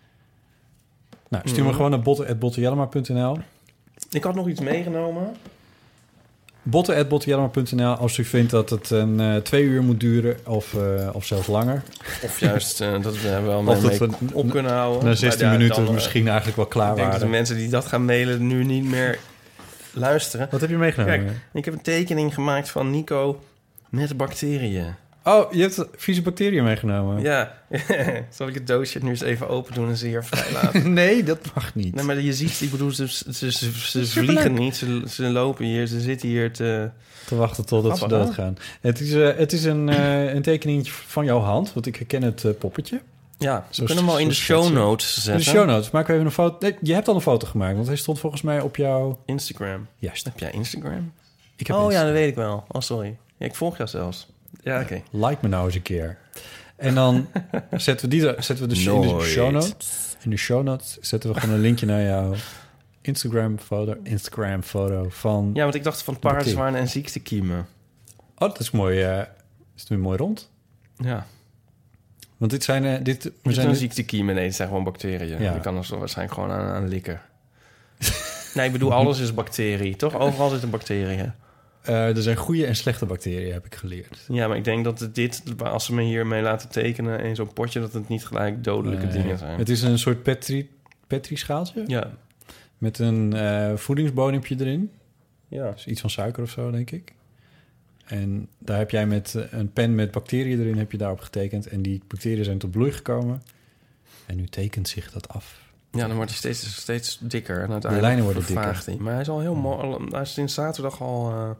Nou, stuur mm. maar gewoon naar botten at bottenjellema punt n l. Ik had nog iets meegenomen... botten at bottenjellema punt n l als u vindt dat het een uh, twee uur moet duren of, uh, of zelfs langer. Of juist uh, dat we wel mee, mee we, op kunnen houden. Na zestien ja, minuten dan, misschien uh, eigenlijk wel klaar ik denk waren. dat de mensen die dat gaan mailen nu niet meer luisteren. Wat heb je meegenomen? Kijk, ik heb een tekening gemaakt van Nico met bacteriën. Oh, je hebt vieze bacteriën meegenomen? Ja. Zal ik het doosje nu eens even open doen en ze hier vrijlaten? Nee, dat mag niet. Nee, maar je ziet, ik bedoel, ze, ze, ze, ze, ze vliegen niet. Ze, ze lopen hier, ze zitten hier te... Te wachten totdat ze doodgaan. Het is, uh, het is een, uh, een tekening van jouw hand, want ik herken het uh, poppetje. Ja, zo we kunnen hem al in de show notes zetten. In de show notes. Maken we even een foto. Nee, je hebt al een foto gemaakt, want hij stond volgens mij op jouw... Instagram. Juist. Heb jij Instagram? Ik heb oh Instagram. ja, dat weet ik wel. Oh, sorry. Ja, ik volg jou zelfs. Ja, oké. Okay. Like me nou eens een keer. En dan zetten we, die, zetten we de show, in de show notes. In de show notes zetten we gewoon een linkje naar jouw Instagram-foto. Instagram-foto van... Ja, want ik dacht van paardzwaaien en ziektekiemen. Oh, dat is mooi. Uh, is het nu mooi rond? Ja. Want dit zijn... Uh, dit, we dit zijn een dit... ziektekiemen. Nee, het zijn gewoon bacteriën. Ja. Je kan er zo waarschijnlijk gewoon aan, aan likken. Nee, ik bedoel, alles is bacterie. Toch? Overal zitten bacteriën. Uh, er zijn goede en slechte bacteriën, heb ik geleerd. Ja, maar ik denk dat dit, als ze me hiermee laten tekenen in zo'n potje, dat het niet gelijk dodelijke nee, dingen zijn. Het is een soort petri, petri-schaaltje. Ja. Met een uh, voedingsbodempje erin. Ja. Dus iets van suiker of zo, denk ik. En daar heb jij met uh, een pen met bacteriën erin, heb je daarop getekend. En die bacteriën zijn tot bloei gekomen. En nu tekent zich dat af. Ja, dan wordt hij steeds, steeds dikker. En uiteindelijk de lijnen worden dikker. Hij. Maar hij is al heel mooi. Hij is sinds zaterdag al... Uh,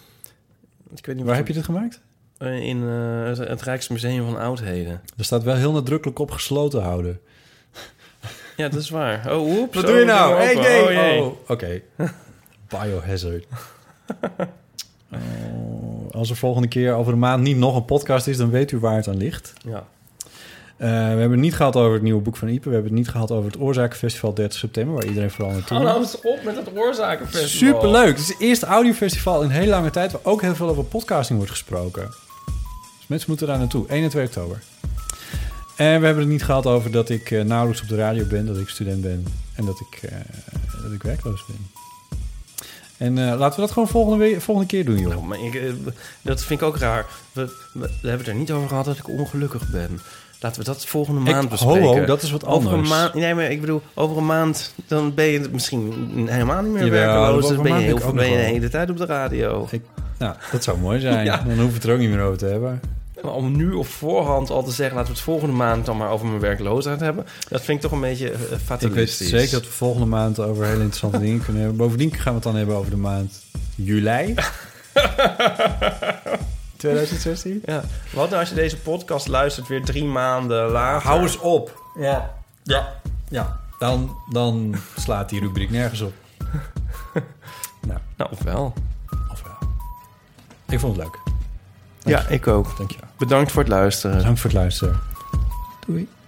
ik weet niet Waar heb je dit gemaakt? Uh, in uh, het, het Rijksmuseum van Oudheden. Er staat wel heel nadrukkelijk op gesloten houden. Ja, dat is waar. Oh, oeps. Wat doe je nou? Hey, nee. Oh, nee. Oh, oké. Okay. Biohazard. Oh, als er volgende keer over een maand niet nog een podcast is, dan weet u waar het aan ligt. Ja. Uh, we hebben het niet gehad over het nieuwe boek van Ipe. We hebben het niet gehad over het Oorzakenfestival dertig september, waar iedereen vooral naartoe gaat. Oh, nou eens op met het Oorzakenfestival. Superleuk. Het is het eerste audiofestival in een hele lange tijd waar ook heel veel over podcasting wordt gesproken. Dus mensen moeten daar naartoe. één en twee oktober. En we hebben het niet gehad over dat ik uh, nauwelijks op de radio ben, dat ik student ben en dat ik, uh, dat ik werkloos ben. En uh, laten we dat gewoon volgende, we- volgende keer doen, joh. Nou, maar ik, uh, dat vind ik ook raar. We, we, we hebben het er niet over gehad dat ik ongelukkig ben. Laten we dat volgende maand ik, bespreken. Ho, ho, dat is wat anders. Over een maand, nee, maar ik bedoel, over een maand dan ben je misschien helemaal niet meer Jawel, werkeloos. Dan ben je, heel, ben ben je de hele tijd op de radio. Ik, nou, dat zou mooi zijn. Ja. Dan hoeven we het er ook niet meer over te hebben. Maar om nu op voorhand al te zeggen, laten we het volgende maand dan maar over mijn werkloosheid hebben, dat vind ik toch een beetje uh, fatalistisch. Ik weet zeker dat we volgende maand over hele interessante dingen kunnen hebben. Bovendien gaan we het dan hebben over de maand juli. twintig zestien? Ja. Wat nou als je deze podcast luistert weer drie maanden later? Hou eens op. Ja. Ja. Ja. Dan, dan slaat die rubriek nergens op. nou. nou, ofwel. Ofwel. Ik vond het leuk. Ja, ik ook. Dankjewel. Bedankt voor het luisteren. Bedankt voor het luisteren. Doei.